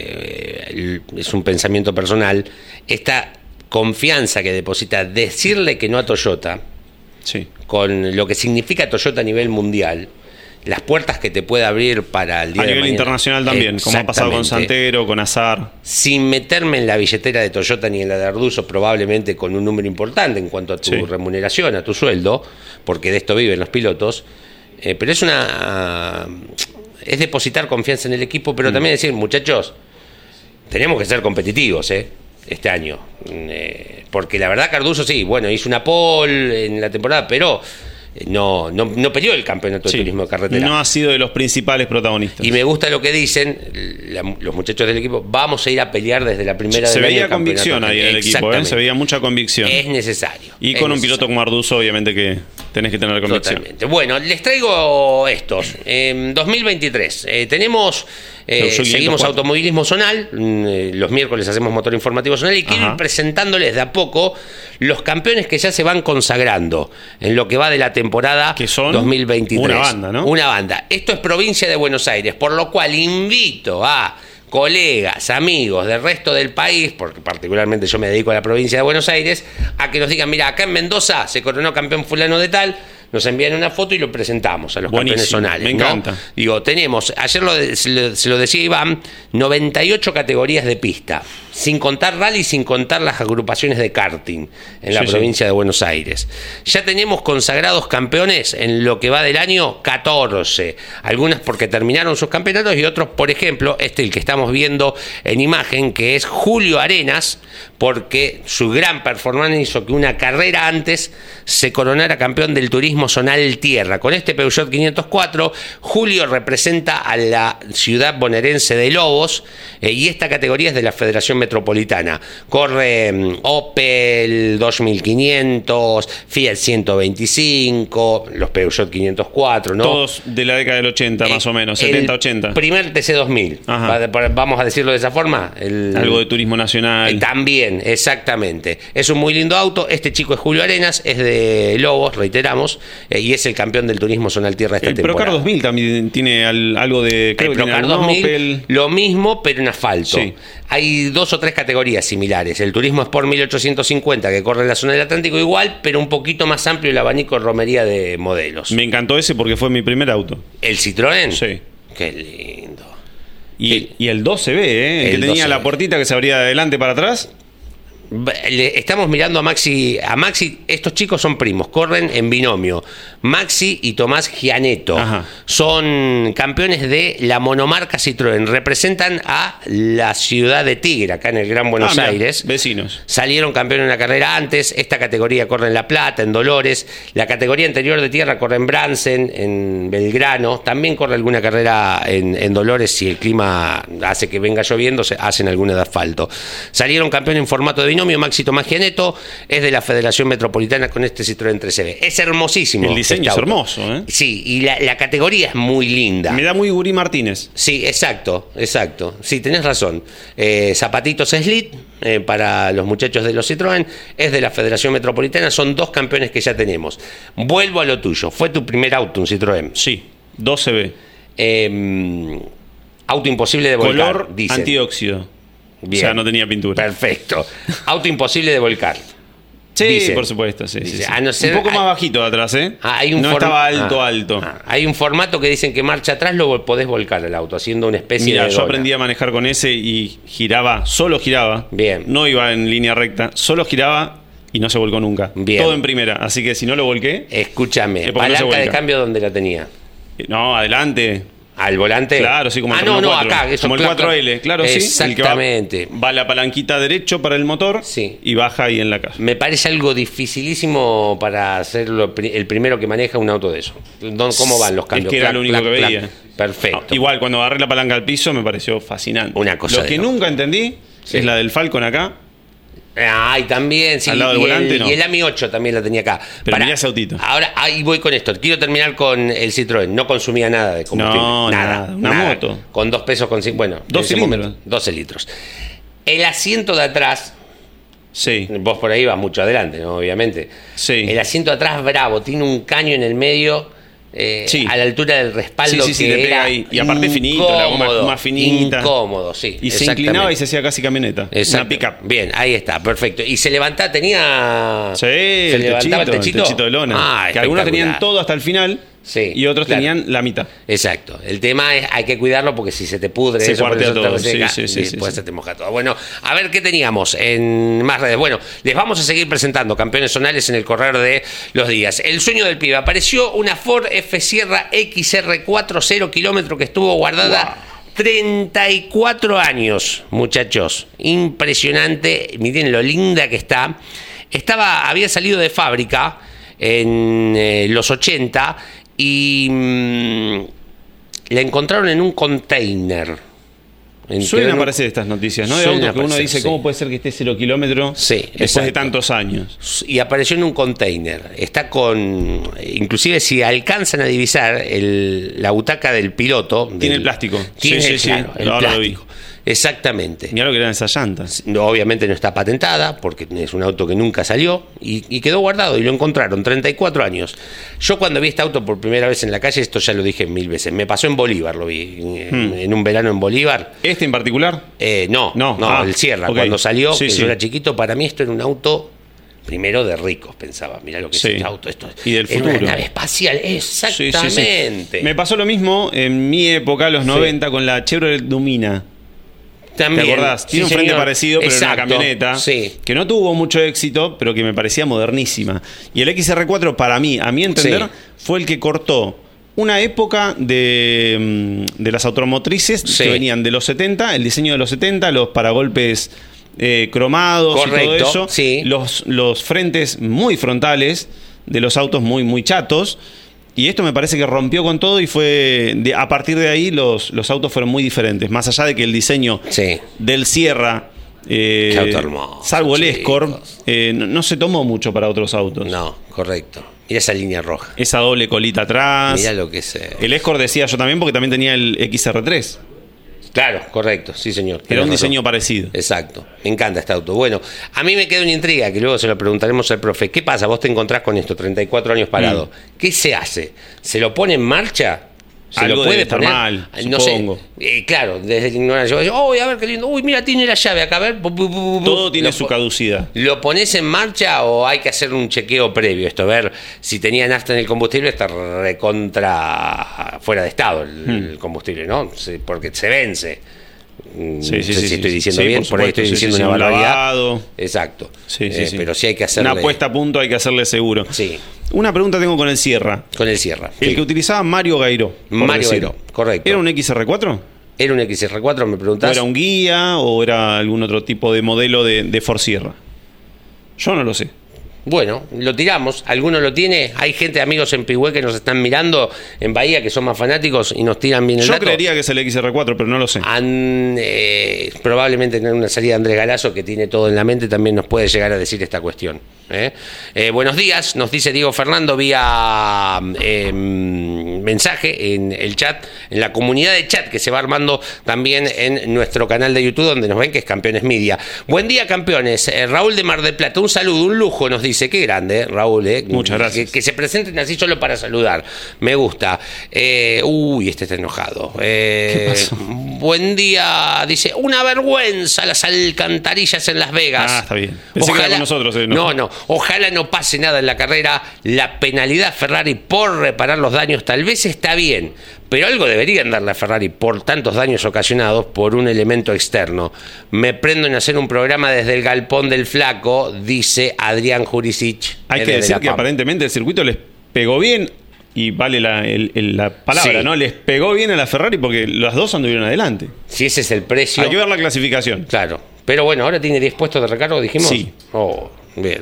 eh, es un pensamiento personal, esta confianza que deposita, decirle que no a Toyota, sí. con lo que significa Toyota a nivel mundial, las puertas que te puede abrir para el día a de nivel mañana. Internacional también, como ha pasado con Santero, con Azar. Sin meterme en la billetera de Toyota ni en la de Arduzo, probablemente con un número importante en cuanto a tu sí. remuneración, a tu sueldo, porque de esto viven los pilotos, eh, pero es una es depositar confianza en el equipo, pero mm. también decir, muchachos, tenemos que ser competitivos, ¿eh? Este año, eh, porque la verdad Carduzo sí, bueno, hizo una pole en la temporada, pero no, no, no peleó el campeonato de sí, turismo de carretera. No ha sido de los principales protagonistas. Y me gusta lo que dicen la, los muchachos del equipo, vamos a ir a pelear desde la primera Se del veía año convicción ahí en el equipo, ¿eh? Se veía mucha convicción. Es necesario. Y es con necesario. un piloto como Arduzo, obviamente que tenés que tener convicción. Totalmente. Bueno, les traigo estos. En dos mil veintitrés eh, tenemos... Eh, seguimos Automovilismo Zonal, eh, los miércoles hacemos Motor Informativo Zonal y quiero Ajá. ir presentándoles de a poco los campeones que ya se van consagrando en lo que va de la temporada que son dos mil veintitrés. Una banda, ¿no? Una banda. Esto es provincia de Buenos Aires, por lo cual invito a colegas, amigos del resto del país, porque particularmente yo me dedico a la provincia de Buenos Aires, a que nos digan, mira, acá en Mendoza se coronó campeón fulano de tal, nos envían una foto y lo presentamos a los Buenísimo, campeones zonales. Me encanta. ¿no? Digo, tenemos, ayer lo, se, lo, se lo decía Iván, noventa y ocho categorías de pista, sin contar rally, sin contar las agrupaciones de karting en la sí, provincia sí. de Buenos Aires. Ya tenemos consagrados campeones en lo que va del año catorce, algunas porque terminaron sus campeonatos y otros, por ejemplo, este el que estamos viendo en imagen, que es Julio Arenas, porque su gran performance hizo que una carrera antes se coronara campeón del turismo zonal tierra. Con este Peugeot quinientos cuatro, Julio representa a la ciudad bonaerense de Lobos eh, y esta categoría es de la Federación Metropolitana. Corre um, Opel dos mil quinientos, Fiat ciento veinticinco, los Peugeot quinientos cuatro, ¿no? Todos de la década del ochenta, eh, más o menos, setenta, ochenta. Primer T C dos mil, va, vamos a decirlo de esa forma. El, Algo de turismo nacional. eh, también, exactamente. Es un muy lindo auto. Este chico es Julio Arenas, es de Lobos, reiteramos, eh, y es el campeón del turismo Zonal Tierra esta el temporada. Procar dos mil también tiene al, algo de... Creo El que tiene Procar algún dos mil, Opel. lo mismo, pero en asfalto. Sí. Hay dos o tres categorías similares. El Turismo Sport mil ochocientos cincuenta, que corre en la zona del Atlántico igual, pero un poquito más amplio el abanico de romería de modelos. Me encantó ese porque fue mi primer auto. ¿El Citroën? Sí. Qué lindo. Y, El- y el doce B, ¿eh? El, el que tenía doce B. la puertita que se abría de adelante para atrás. Le- Estamos mirando a Maxi. A Maxi, estos chicos son primos, corren en binomio. Maxi y Tomás Gianetto Ajá. son campeones de la monomarca Citroën. Representan a la ciudad de Tigre, acá en el Gran Buenos Ah, mirá, Aires. vecinos. Salieron campeones en una carrera antes. Esta categoría corre en La Plata, en Dolores. La categoría anterior de tierra corre en Bransen, en Belgrano. También corre alguna carrera en, en Dolores. Si el clima hace que venga lloviendo, se hacen alguna de asfalto. Salieron campeones en formato de binomio. Maxi Tomás Gianetto es de la Federación Metropolitana con este Citroën tres C B. Es hermosísimo. El diseño este es auto. hermoso, ¿eh? Sí, y la, la categoría es muy linda. Me da muy Gurí Martínez. Sí, exacto, exacto. Sí, tenés razón. Eh, zapatitos Slit eh, para los muchachos de los Citroën, es de la Federación Metropolitana, son dos campeones que ya tenemos. Vuelvo a lo tuyo, fue tu primer auto, un Citroën. Sí, doce B. Eh, auto imposible de volcar, Color dicen. antióxido. Bien. O sea, no tenía pintura. Perfecto. Auto imposible de volcar. Sí, Dicen. por supuesto, sí, sí, Dice, sí. a no ser- Un poco hay- más bajito de atrás, ¿eh? Ah, hay un no form- estaba alto, ah, alto. ah, hay un formato que dicen que marcha atrás lo podés volcar el auto, haciendo una especie Mira, de yo dona. aprendí a manejar con ese y giraba, solo giraba. Bien. No iba en línea recta, solo giraba y no se volcó nunca. Bien. Todo en primera. Así que si no lo volqué, Escúchame, Eh, porque no se palanca de vuelca. cambio, ¿dónde la tenía? eh, no, adelante. ¿Al volante? Claro, sí, como el Ah, no, no, cuatro. acá. Eso, como el claro, cuatro L, claro, sí. el que va- Exactamente. Va, la palanquita derecho para el motor Sí. y baja ahí en la casa. Me parece algo dificilísimo para ser lo pri- el primero que maneja un auto de eso. Don- ¿Cómo van los cambios? Es que era Clac, lo único clac, que clac. veía. Perfecto. Ah, igual, cuando agarré la palanca al piso me pareció fascinante. Una cosa Lo de que loco. nunca entendí Sí. es la del Falcon acá. Ay, también, sí. Al lado del y, volante, el, no. y el A M I ocho también la tenía acá. Pero mirá ese autito. Ahora, ahí voy con esto. Quiero terminar con el Citroën. No consumía nada de combustible. No, nada. nada. Una nada. moto. Con dos pesos, con cin- bueno, en Dos ese cilindros. momento, doce litros. El asiento de atrás, Sí. vos por ahí vas mucho adelante, ¿no? Obviamente. Sí. El asiento de atrás, bravo, tiene un caño en el medio. eh, Sí. a la altura del respaldo, Sí, sí, sí, que le pega era ahí. Y aparte finito, la goma incómodo, más finita. Incómodo, sí. Y se exactamente. inclinaba y se hacía casi camioneta. Exacto. Una pick-up. Bien, ahí está, perfecto. Y se levantaba, tenía. Sí, se el levantaba techito, el techito de lona. Ah, que algunos tenían espectacular. todo hasta el final Sí, y otros claro. tenían la mitad. Exacto. El tema es hay que cuidarlo porque si se te pudre Se eso, por cuartea eso te todo. reseca, Sí, sí, sí, y sí, después sí. se te moja todo. Bueno, a ver qué teníamos en más redes. Bueno, les vamos a seguir presentando campeones zonales en el correr de los días. El sueño del pibe. Apareció una Ford F Sierra X R cuatro, cero kilómetros que estuvo guardada treinta y cuatro años, muchachos. Impresionante. Miren lo linda que está. Estaba, había salido de fábrica en eh, los ochenta y mm, la encontraron en un container. En- Suelen quedó en un- aparecer estas noticias, ¿no? De Suelen autos que uno aparecer, dice, sí. ¿cómo puede ser que esté cero kilómetros Sí, después exacto. de tantos años? Y apareció en un container. Está con. Inclusive, si alcanzan a divisar el- la butaca del piloto. Tiene del- el plástico. Tiene, Sí, sí, sí. claro, el Ahora lo vi. plástico. Exactamente. Mirá lo que eran esas llantas. No, obviamente no está patentada porque es un auto que nunca salió y, y quedó guardado y lo encontraron, treinta y cuatro años. Yo cuando vi este auto por primera vez en la calle, esto ya lo dije mil veces, me pasó en Bolívar, lo vi, en, Hmm. en un verano en Bolívar. ¿Este en particular? Eh, no, no, No, ah, el Sierra, ok. cuando salió, Sí, que sí. yo era chiquito, para mí esto era un auto primero de ricos, pensaba, mirá lo que Sí. es este auto, esto Y del era futuro. una nave espacial, Sí, sí, sí. exactamente. Me pasó lo mismo en mi época, los noventa, con la Chevrolet Lumina. También, ¿Te acordás? Tiene sí, un frente señor. parecido, pero en Exacto, una camioneta. Sí. Que no tuvo mucho éxito, pero que me parecía modernísima. Y el X R cuatro, para mí, a mi entender, Sí. fue el que cortó una época de, mm, de las automotrices Sí. que venían de los setenta, el diseño de los setenta, los paragolpes eh, cromados y Correcto, todo eso. sí. Los, los frentes muy frontales de los autos muy, muy chatos. Y esto me parece que rompió con todo y fue. De, a partir de ahí los, los autos fueron muy diferentes. Más allá de que el diseño Sí. del Sierra Eh, Qué auto hermoso, salvo el chicos. Escort, eh, no, no se tomó mucho para otros autos. No, correcto. Mira esa línea roja. Esa doble colita atrás. Mira lo que es. eh, El Escort decía yo también porque también tenía el X R tres. Claro, correcto, sí señor. Era Tienes un razón. diseño parecido. Exacto, me encanta este auto. Bueno, a mí me queda una intriga que luego se lo preguntaremos al profe. ¿Qué pasa? Vos te encontrás con esto, treinta y cuatro años parado. Mm. ¿Qué se hace? ¿Se lo pone en marcha? ¿Se Algo lo puede debe estar poner? mal, No supongo. sé. Eh, claro, desde la ignorancia. Yo, uy, a ver qué lindo. Uy, mira, tiene la llave acá, a ver. Bu, bu, bu, bu. Todo tiene Lo su po- caducidad. ¿Lo pones en marcha o hay que hacer un chequeo previo? Esto, ver si tenía nafta en el combustible, está recontra fuera de estado el, Hmm. el combustible, ¿no? Sí, porque se vence. Mm, Sí, sí, no sé sí, si sí, estoy sí. diciendo Sí, bien, por por, ahí supuesto, estoy sí, diciendo sí, una sí, un barbaridad. lavado. Exacto. Sí, sí, Eh, sí. Pero sí hay que hacerle. Una puesta a punto hay que hacerle seguro. Sí, Una pregunta tengo con el Sierra. con el Sierra. El Sí. que utilizaba Mario Gairó. por Mario decir. Gairó, correcto. ¿Era un X R cuatro? ¿Era un X R cuatro, me ¿O preguntás? era un guía o era algún otro tipo de modelo de, de Ford Sierra? Yo no lo sé. Bueno, lo tiramos. ¿Alguno lo tiene? Hay gente, amigos en Pigüé, que nos están mirando en Bahía, que son más fanáticos y nos tiran bien el Yo dato. creería que es el X R cuatro, pero no lo sé. Han, eh, probablemente en una salida de Andrés Galazo, que tiene todo en la mente, también nos puede llegar a decir esta cuestión. ¿eh? Eh, buenos días, nos dice Diego Fernando vía eh, mensaje en el chat, en la comunidad de chat que se va armando también en nuestro canal de YouTube, donde nos ven, que es Campeones Media. Buen día, campeones. Eh, Raúl de Mar del Plata, un saludo, un lujo, nos dice. Qué grande, eh, Raúl. Eh. Muchas gracias. Que, que se presenten así solo para saludar. Me gusta. Eh, uy, este está enojado. Eh, ¿Qué pasó? Buen día, dice, una vergüenza las alcantarillas en Las Vegas. Ah, está bien. Pensé que era con nosotros, eh, no. no, no, ojalá no pase nada en la carrera. La penalidad a Ferrari por reparar los daños tal vez está bien, pero algo deberían darle a Ferrari por tantos daños ocasionados por un elemento externo. Me prendo en hacer un programa desde el galpón del Flaco, dice Adrián Jurisic. Hay eh, que desde decir La que Pampa. aparentemente el circuito les pegó bien y vale la, el- el- la palabra, Sí. ¿no? Les pegó bien a la Ferrari porque las dos anduvieron adelante. Si ese es el precio. Hay que ver la clasificación. Claro. Pero bueno, ahora tiene diez puestos de recargo, dijimos. Sí. Oh, bien.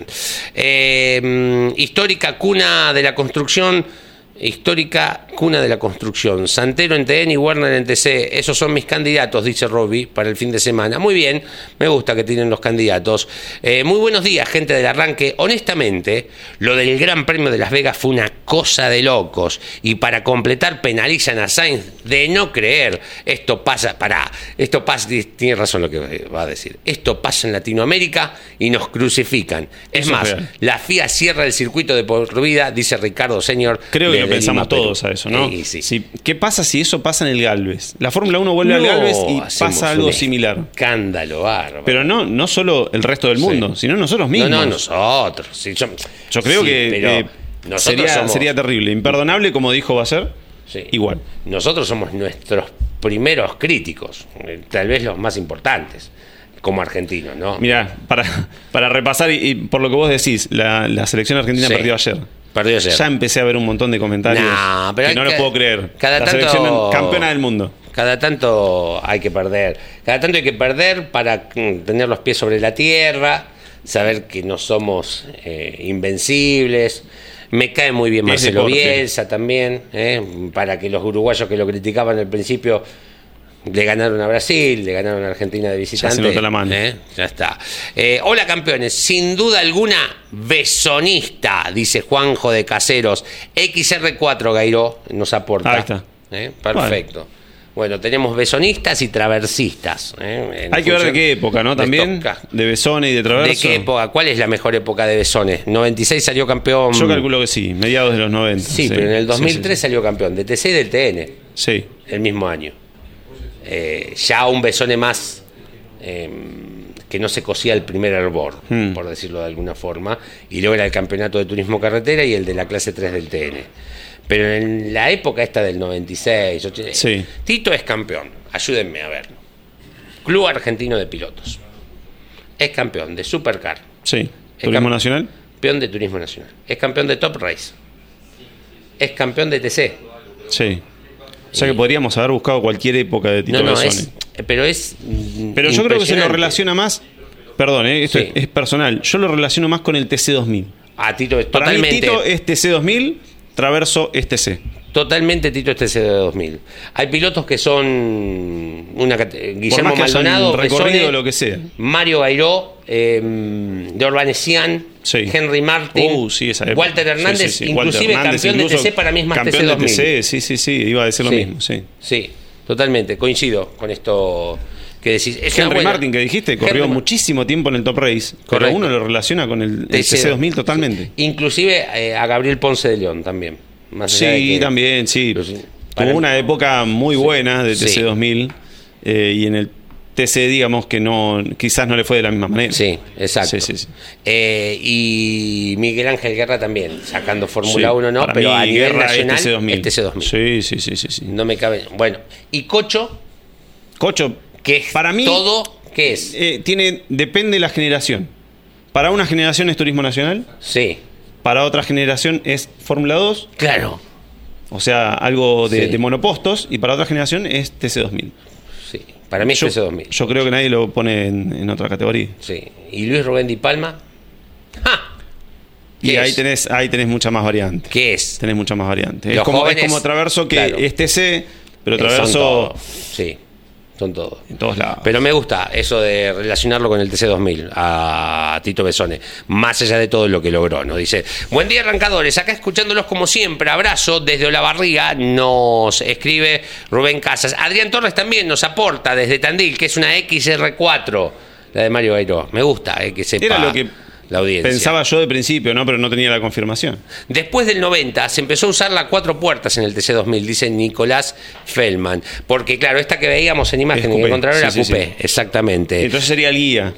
Eh, mm, histórica cuna de la construcción. Histórica cuna de la construcción. Santero en T N y Werner en T C. Esos son mis candidatos, dice Robbie, para el fin de semana. Muy bien, me gusta que tienen los candidatos. Eh, muy buenos días, gente del arranque. Honestamente, lo del Gran Premio de Las Vegas fue una cosa de locos. Y para completar, penalizan a Sainz de no creer. Esto pasa, pará, esto pasa, tiene razón lo que va a decir. Esto pasa en Latinoamérica y nos crucifican. Es Eso es más, real. la F I A cierra el circuito de por vida, dice Ricardo Señor. Creo que desde lo pensamos Lima, Perú. todos a eso, ¿no? Sí, sí. Si- ¿Qué pasa si eso pasa en el Galvez? La Fórmula uno vuelve al No, Galvez y hacemos pasa algo un similar. Escándalo bárbaro. Pero no, no solo el resto del mundo, Sí. sino nosotros no, mismos. no, nosotros. Sí, yo, Yo creo sí, que pero eh, nosotros sería, somos- sería terrible. Imperdonable, como dijo va a ser. Sí. Igual. Nosotros somos nuestros primeros críticos, eh, tal vez los más importantes, como argentinos, ¿no? Mirá, para, para repasar, y, y por lo que vos decís, la, la selección argentina Sí. perdió ayer. Perdió ayer. Ya empecé a ver un montón de comentarios No, pero que hay no que- los puedo creer. cada la tanto- selección campeona del mundo. Cada tanto hay que perder. Cada tanto hay que perder para mm, tener los pies sobre la tierra, saber que no somos eh, invencibles. Me cae muy bien Es Marcelo deporte. Bielsa también, eh, para que los uruguayos que lo criticaban al principio le ganaron a Brasil, le ganaron a Argentina de visitante. se nota la mano. eh, ya está. Eh, hola campeones, sin duda alguna besonista, dice Juanjo de Caseros. X R cuatro Gairó nos aporta. Ahí está. Eh, Perfecto. Bueno, tenemos besonistas y traversistas. ¿eh? En Hay que ver de función qué época, ¿no? de También. estos ca- De Besone y de Traverso. ¿De qué época? ¿Cuál es la mejor época de Besones? noventa y seis salió campeón. Yo calculo que sí, mediados de los noventa. Sí, pero en el dos mil tres sí, salió campeón de T C y del T N sí. el mismo año. Eh, ya un Besone más eh, que no se cosía el primer hervor, Hmm. por decirlo de alguna forma, y luego era el campeonato de turismo carretera y el de la clase tres del T N. Pero en la época esta del noventa y seis, ochenta, Sí. Tito es campeón, ayúdenme a ver. Club Argentino de Pilotos. Es campeón de Supercar. Sí. Es ¿Turismo camp- Nacional? Campeón de Turismo Nacional. Es campeón de Top Race. Es campeón de T C. Sí. O sea que podríamos haber buscado cualquier época de Tito No, no, Besone. es, pero es. Pero yo creo que se lo impresionante. relaciona más. Perdón, eh, esto Sí. es, es personal. Yo lo relaciono más con el T C dos mil. A Tito es Para totalmente. mí Tito es T C dos mil, Traverso es T C. totalmente Tito T C dos mil. Hay pilotos que son una Guillermo Por más que Maldonado, hayan recorrido Besone, lo que sea. Mario Gairó, eh, de Orbanesian, Sí. Henry Martin, Uh, sí, esa época. Walter Hernández, Sí, sí, sí. inclusive Walter Hernández, campeón incluso de T C, para mí es más campeón T C dos mil. de T C, sí, sí, sí, iba a decir lo Sí. mismo, sí. Sí, totalmente, coincido con esto que decís. Es una Henry buena- Martin, que dijiste, corrió Henry Ma- muchísimo tiempo en el Top Race, Correcto. pero uno lo relaciona con el, el T C dos mil totalmente. Sí. Inclusive eh, a Gabriel Ponce de León también. Más allá de Sí, que- también, sí. Pero sí, para Tuvo mí- una época muy Sí. buena de T C Sí. dos mil eh, y en el T C, digamos que no, quizás no le fue de la misma manera. Sí, exacto. Sí, sí, sí. Eh, y Miguel Ángel Guerra también, sacando Fórmula Sí, uno, no, para pero mí, a nivel Guerra es nacional T C dos mil. es T C dos mil. Sí, sí, sí, sí, sí. No me cabe. Bueno, y Cocho, Cocho, que es para mí todo, ¿qué es? eh, tiene, depende de la generación. Para una generación es turismo nacional, Sí, para otra generación es Fórmula dos, claro. o sea, algo de, Sí. de monopostos, y para otra generación es T C dos mil. Sí, para mí es yo, T C dos mil. yo creo que nadie lo pone en, en otra categoría. Sí. Y Luis Rubén Di Palma. ¡Ja! Y ¿Qué ahí es? tenés, ahí tenés mucha más variante. ¿Qué es? Tenés mucha más variante. Es Los como, jóvenes, es como Traverso, que claro. es T C, pero Eh, son Traverso todo. Sí, son todos. en todos lados. Pero me gusta eso de relacionarlo con el T C dos mil a Tito Besone, más allá de todo lo que logró, ¿no? Dice, buen día arrancadores, acá escuchándolos como siempre, abrazo desde Olavarría, nos escribe Rubén Casas. Adrián Torres también nos aporta desde Tandil, que es una X R cuatro, la de Mario Gairó. Me gusta, eh, que sepa Era lo que la audiencia. pensaba yo de principio, ¿no? Pero no tenía la confirmación. Después del noventa se empezó a usar la cuatro puertas en el T C dos mil, dice Nicolás Feldman. Porque, claro, esta que veíamos en imagen Es en coupé. el contrario era Sí, sí, coupé, sí. exactamente. Entonces sería el guía.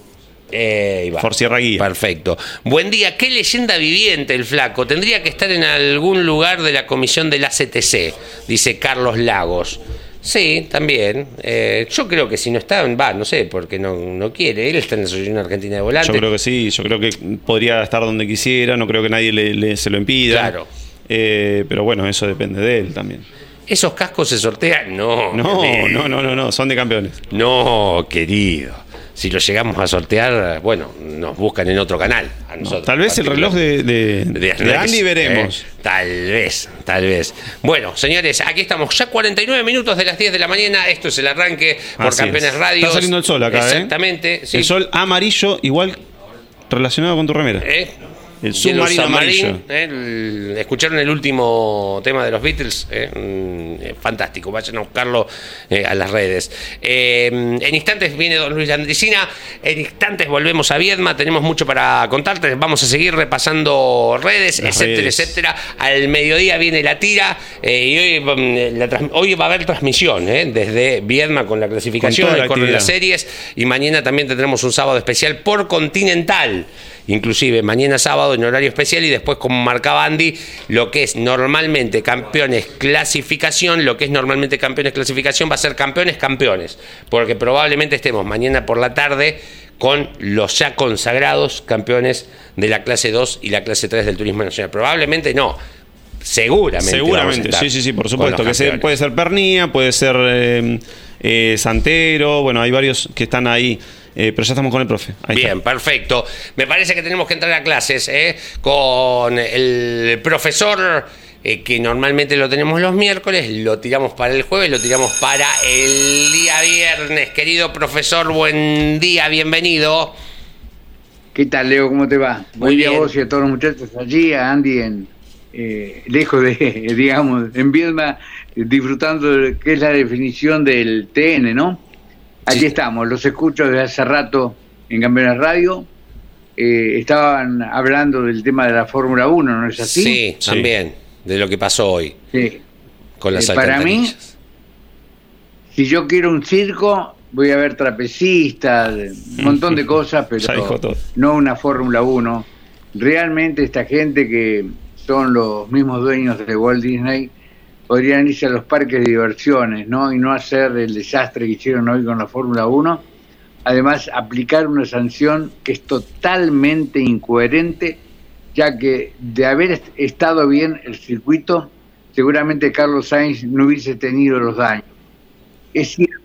Eh, ahí va. Forsierra Guía. Perfecto. Buen día, qué leyenda viviente el flaco. Tendría que estar en algún lugar de la comisión del A C T C, dice Carlos Lagos. Sí, también. Eh, yo creo que si no está, va, no sé, porque no, no quiere. Él está en la Asociación Argentina de Volantes. Yo creo que sí, yo creo que podría estar donde quisiera, no creo que nadie le, le- se lo impida. Claro. Eh, pero bueno, eso depende de él también. ¿Esos cascos se sortean? No. No, querido. no, no, no, no, son de campeones. No, querido. Si lo llegamos a sortear, bueno, nos buscan en otro canal. A nosotros, Tal vez el reloj de, de, De- de Andy veremos. Eh, tal vez, tal vez. Bueno, señores, aquí estamos. Ya cuarenta y nueve minutos de las diez de la mañana. Esto es el arranque por Así Campeones es. Radio. Está saliendo el sol acá, ¿eh? Exactamente. Sí. El sol amarillo, igual relacionado con tu remera. ¿Eh? El Cielo submarino submarino, amarillo. ¿eh? El- escucharon el último tema de los Beatles, ¿eh? Mm, eh, fantástico, vayan a buscarlo eh, a las redes. Eh, en instantes viene don Luis Landricina, en instantes volvemos a Viedma, tenemos mucho para contarte, vamos a seguir repasando redes, Las etcétera, redes. etcétera. Al mediodía viene la tira eh, y hoy, mm, la trans- hoy va a haber transmisión ¿eh? desde Viedma con la clasificación, Con toda la el corre de las actividad. series, y mañana también tendremos un sábado especial por Continental. Inclusive mañana sábado en horario especial y después, como marcaba Andy, lo que es normalmente campeones clasificación, lo que es normalmente campeones clasificación va a ser campeones campeones, porque probablemente estemos mañana por la tarde con los ya consagrados campeones de la clase dos y la clase tres del Turismo Nacional. Probablemente no, seguramente. vamos a Seguramente, estar sí, sí, sí, por con supuesto. los Que se- campeones. puede ser Pernía, puede ser eh, eh, Santero, bueno, hay varios que están ahí, eh, pero ya estamos con el profe. Ahí Bien, está. perfecto. Me parece que tenemos que entrar a clases ¿eh? con el profesor, eh, que normalmente lo tenemos los miércoles, lo tiramos para el jueves, lo tiramos para el día viernes. Querido profesor, buen día, bienvenido. ¿Qué tal, Leo? ¿Cómo te va? Muy Buen día bien. a vos y a todos los muchachos allí, a Andy en eh, lejos de, digamos, en Viedma, eh, disfrutando de lo que es la definición del T N, ¿no? Aquí Sí. estamos, los escucho desde hace rato en Campeones Radio. Eh, estaban hablando del tema de la Fórmula uno, ¿no es así? Sí, Sí. también, de lo que pasó hoy Sí. con las Eh, para mí, alcantarillas. Si yo quiero un circo, voy a ver trapecistas, un montón de cosas, Ya dijo pero todo. no una Fórmula uno. Realmente esta gente que son los mismos dueños de Walt Disney podrían irse a los parques de diversiones, ¿no? Y no hacer el desastre que hicieron hoy con la Fórmula uno. Además, aplicar una sanción que es totalmente incoherente, ya que de haber est- estado bien el circuito, seguramente Carlos Sainz no hubiese tenido los daños. Es cierto.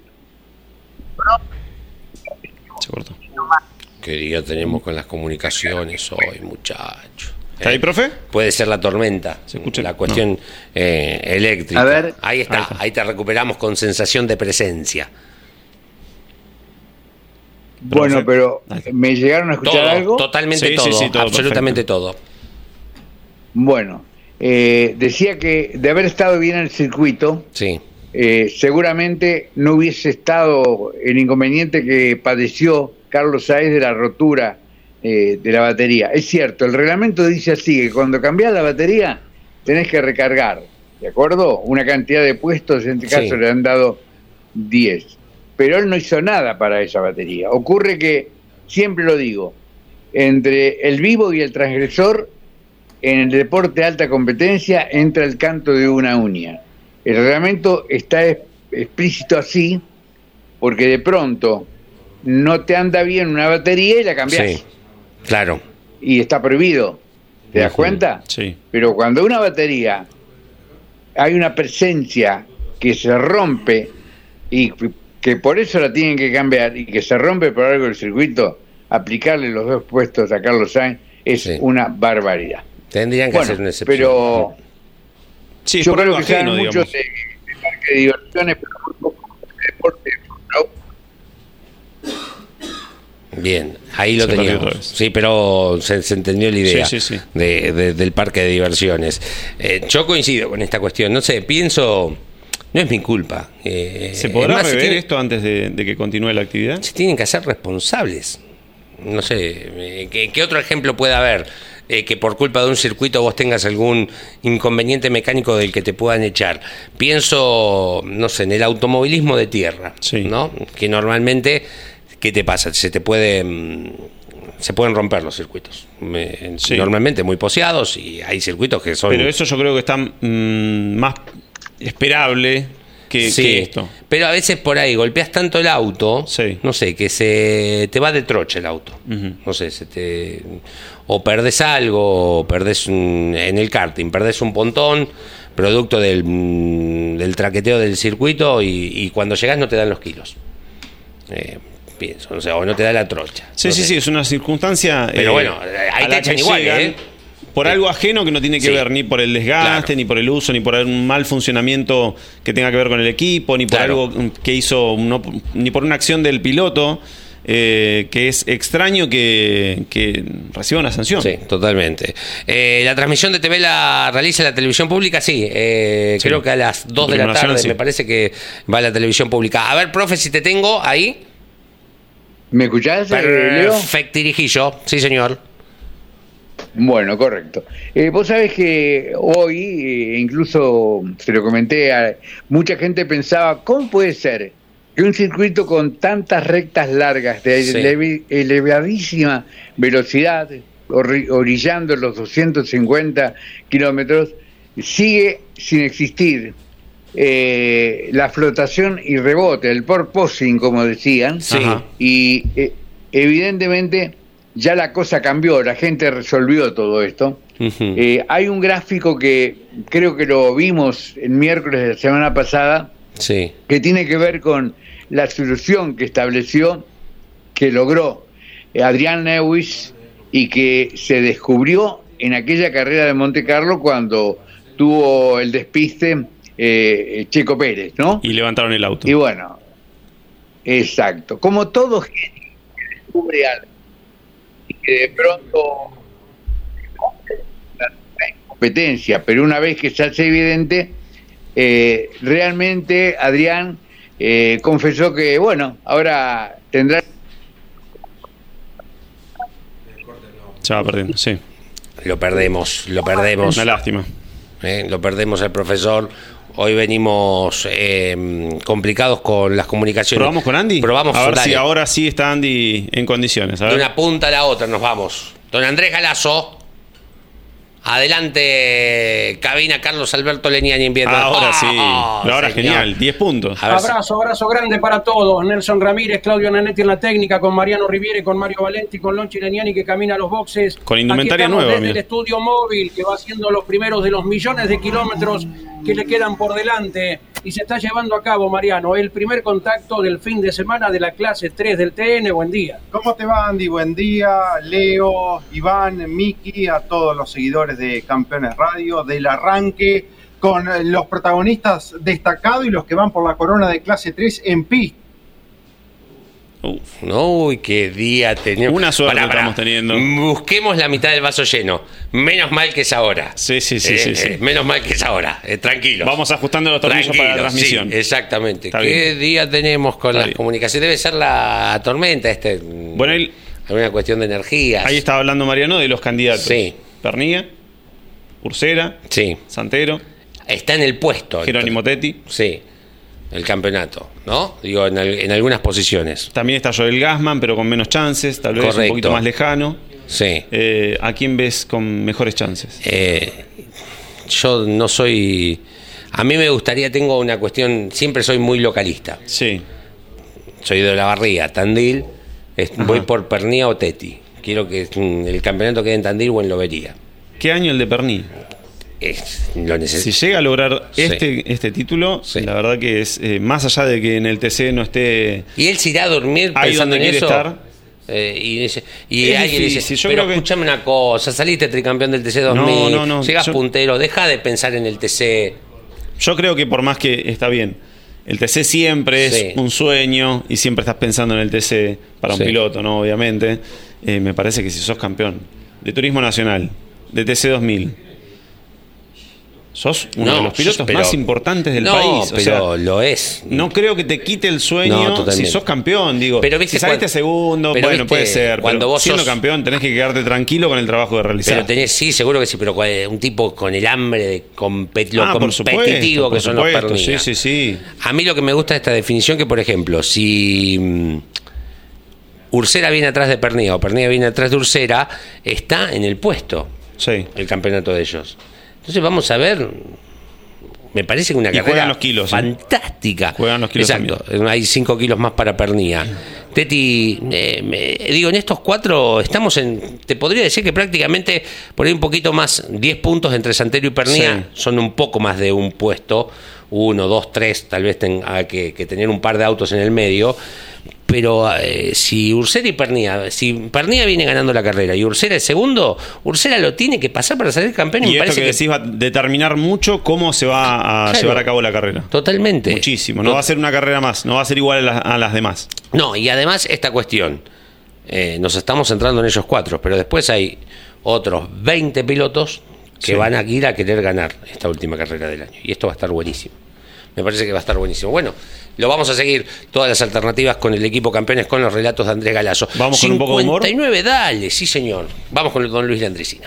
Se cortó. ¿Qué día tenemos con las comunicaciones hoy, muchachos? ¿Está ahí, profe? Puede ser la tormenta, ¿Se escucha? la cuestión no. eh, eléctrica. A ver. Ahí está, ahí está, ahí te recuperamos con sensación de presencia. Bueno, pero ¿me llegaron a escuchar todo, algo? Totalmente sí, todo, sí, sí, todo absolutamente perfecto. todo. Bueno, eh, decía que de haber estado bien en el circuito, Sí. eh, seguramente no hubiese estado el inconveniente que padeció Carlos Sainz de la rotura eh, de la batería. Es cierto, el reglamento dice así, que cuando cambias la batería tenés que recargar, ¿de acuerdo? Una cantidad de puestos, en este Sí. caso le han dado diez. Pero él no hizo nada para esa batería. Ocurre que, siempre lo digo, entre el vivo y el transgresor, en el deporte de alta competencia entra el canto de una uña. El reglamento está es- explícito así, porque de pronto no te anda bien una batería y la cambiás. Sí, claro. Y está prohibido. ¿Te das Ujú. cuenta? Sí. Pero cuando una batería hay una presencia que se rompe y que por eso la tienen que cambiar y que se rompe por algo el circuito, aplicarle los dos puestos a Carlos Sainz es Sí. una barbaridad. Tendrían que Bueno, hacer una excepción. pero Sí, es yo por creo algo que ajeno, saben mucho digamos. de, de parque de diversiones, pero muy poco de deporte de Fórmula uno. Bien, ahí lo Se perdió teníamos. otra vez. Sí, pero se, se entendió la idea Sí, sí, sí. De, de- del parque de diversiones. Eh, yo coincido con esta cuestión. No sé, pienso, no es mi culpa. Eh, ¿Se es podrá más, se rever tiene- esto antes de, de que continúe la actividad? se tienen que hacer responsables. No sé, eh, ¿qué, qué otro ejemplo puede haber? Eh, que por culpa de un circuito vos tengas algún inconveniente mecánico del que te puedan echar. Pienso, no sé, en el automovilismo de tierra, Sí. ¿no? Que normalmente, ¿qué te pasa? Se te puede... mm, se pueden romper los circuitos. Me- Sí. Normalmente muy poseados y hay circuitos que son... Pero eso yo creo que está mm, más esperable que, Sí, que esto. pero a veces por ahí golpeas tanto el auto, Sí. no sé, que se te va de troche el auto. Ujú. No sé, se te o perdés algo, o perdés un- en el karting, perdés un pontón producto del, mm, del traqueteo del circuito y, y cuando llegás no te dan los kilos. Eh, pienso, o sea, o no te da la trocha. Sí, no sí, sé. sí, es una circunstancia. Pero eh, bueno, ahí a te la echan que igual, llegan ¿eh? Por algo ajeno que no tiene que Sí. ver ni por el desgaste, Claro. ni por el uso, ni por un mal funcionamiento que tenga que ver con el equipo, ni por Claro. algo que hizo, no- ni por una acción del piloto, eh, que es extraño que, que reciba una sanción. Sí, totalmente. Eh, la transmisión de T V la realiza la televisión pública, sí. Eh, Sí. Creo que a las dos de la Turismo tarde Nacional, sí. me parece que va a la televisión pública. A ver, profe, si te tengo ahí. ¿Me escuchás, eh, Leo? Perfecto, dirigillo. Sí, señor. Bueno, correcto. Eh, vos sabés que hoy, eh, incluso se lo comenté, a, mucha gente pensaba, ¿cómo puede ser que un circuito con tantas rectas largas, de Sí. eleve- elevadísima velocidad, orri- orillando los doscientos cincuenta kilómetros, sigue sin existir eh, la flotación y rebote, el porpoising, como decían? Sí. Ajá. Y eh, evidentemente ya la cosa cambió, la gente resolvió todo esto. Ujú. Eh, hay un gráfico que creo que lo vimos el miércoles de la semana pasada, Sí. que tiene que ver con la solución que estableció, que logró eh, Adrián Newis y que se descubrió en aquella carrera de Monte Carlo cuando tuvo el despiste eh, Checo Pérez, ¿no? Y levantaron el auto. Y bueno, exacto. Como todo genio que descubre algo y que de pronto la incompetencia, pero una vez que se hace evidente, eh, realmente Adrián eh, confesó que, bueno, ahora tendrá... Se va perdiendo, sí. Lo perdemos, lo perdemos. Una lástima. Eh, lo perdemos al profesor. Hoy venimos eh, complicados con las comunicaciones. ¿Probamos con Andy? Probamos a ver dale. si ahora sí está Andy en condiciones. A De ver. una punta a la otra nos vamos. Don Andrés Galazo. Adelante, cabina Carlos Alberto Leniani en Vietnam. Ahora sí. Oh, Ahora señor. genial. diez puntos. A ver si- Abrazo, abrazo grande para todos. Nelson Ramírez, Claudio Nanetti en la técnica, con Mariano Riviere, con Mario Valenti, con Lonchi Leniani que camina a los boxes. Con indumentaria Aquí estamos nueva, desde mira. el estudio móvil que va haciendo los primeros de los millones de kilómetros que le quedan por delante y se está llevando a cabo, Mariano, el primer contacto del fin de semana de la clase tres del T N. Buen día. ¿Cómo te va, Andy? Buen día, Leo, Iván, Miki, a todos los seguidores de Campeones Radio, del arranque, con los protagonistas destacados y los que van por la corona de clase tres en pista. Uf, no, uy, qué día teníamos. Una suerte Pará, pará. estamos teniendo. Busquemos la mitad del vaso lleno. Menos mal que es ahora. Sí, sí, sí, Eh, sí, sí. eh, menos mal que es ahora. Eh, tranquilos. Vamos ajustando los tornillos para la Tranquilos, transmisión. sí, exactamente. Está ¿Qué bien. día tenemos con Está las bien. comunicaciones? Debe ser la tormenta, este. Bueno, él- alguna cuestión de energías. Ahí estaba hablando Mariano de los candidatos. Sí. Pernía, Ursera, Sí. Santero, Está en el puesto. Jerónimo Tetti. Sí. El campeonato, ¿no? Digo, en, al- en algunas posiciones. También está Joel Gassman, pero con menos chances, tal vez Correcto. un poquito más lejano. Sí. Eh, ¿A quién ves con mejores chances? Eh, yo no soy. A mí me gustaría, tengo una cuestión. Siempre soy muy localista. Sí. Soy de La Barría, Tandil. es- Ajá. voy por Pernía o Tetti. Quiero que mm, el campeonato quede en Tandil o en Lobería. ¿Qué año el de Perní? Es, lo Si necesito. llega a lograr Sí. este, este título, Sí. la verdad que es, eh, más allá de que en el T C no esté Y él se irá a dormir ahí pensando donde en quiere eso. estar. Eh, y dice, y Es alguien dice, difícil, yo pero creo que- escúchame una cosa, saliste tricampeón del T C dos mil, No, no, no, llegas yo- puntero, deja de pensar en el T C. Yo creo que por más que está bien, el T C siempre es Sí. un sueño y siempre estás pensando en el T C para un Sí. piloto, ¿no? Obviamente. Eh, me parece que si sos campeón de Turismo Nacional, de T C dos mil, sos uno No, de los pilotos pero- más importantes del no, país. O pero sea, lo es. no creo que te quite el No, sueño totalmente. si sos campeón. Digo, Pero viste si saliste cuan- segundo, pero bueno, viste, puede ser. cuando pero vos siendo sos- campeón tenés que quedarte tranquilo con el trabajo de realizar. Pero tenés, sí, seguro que sí, pero cua- un tipo con el hambre de compet lo Ah, por competitivo supuesto, que por son supuesto, los Pernía. sí, sí, sí. A mí lo que me gusta de esta definición que, por ejemplo, si mm, Ursera viene atrás de Pernía o Pernía viene atrás de Ursera, está en el puesto Sí. el campeonato de ellos. Entonces vamos a ver. Me parece que una Y carrera juegan los kilos, ¿eh? fantástica. Juegan los kilos Exacto. Hay cinco kilos más para Pernía. Teti, eh, me- digo, en estos cuatro estamos en. Te podría decir que prácticamente por ahí un poquito más, diez puntos entre Santero y Pernía Sí. son un poco más de un puesto. Uno, dos, tres, tal vez tenga que, que tener un par de autos en el medio. Pero eh, si Ursera y Pernía, si Pernía viene ganando la carrera y Ursera es segundo, Ursera lo tiene que pasar para salir campeón. Y, Y me esto parece que que decís va a determinar mucho cómo se va a Claro. llevar a cabo la carrera. totalmente. Muchísimo. No va a ser una carrera más, no va a ser igual a las, a las demás. No, y además esta cuestión, eh, nos estamos centrando en ellos cuatro, pero después hay otros veinte pilotos que Sí. van a ir a querer ganar esta última carrera del año. Y esto va a estar buenísimo. Me parece que va a estar buenísimo. Bueno, lo vamos a seguir todas las alternativas con el equipo campeones, con los relatos de Andrés Galazo. Vamos con un poco de humor. cincuenta y nueve, dale, sí señor. Vamos con el don Luis Landricina.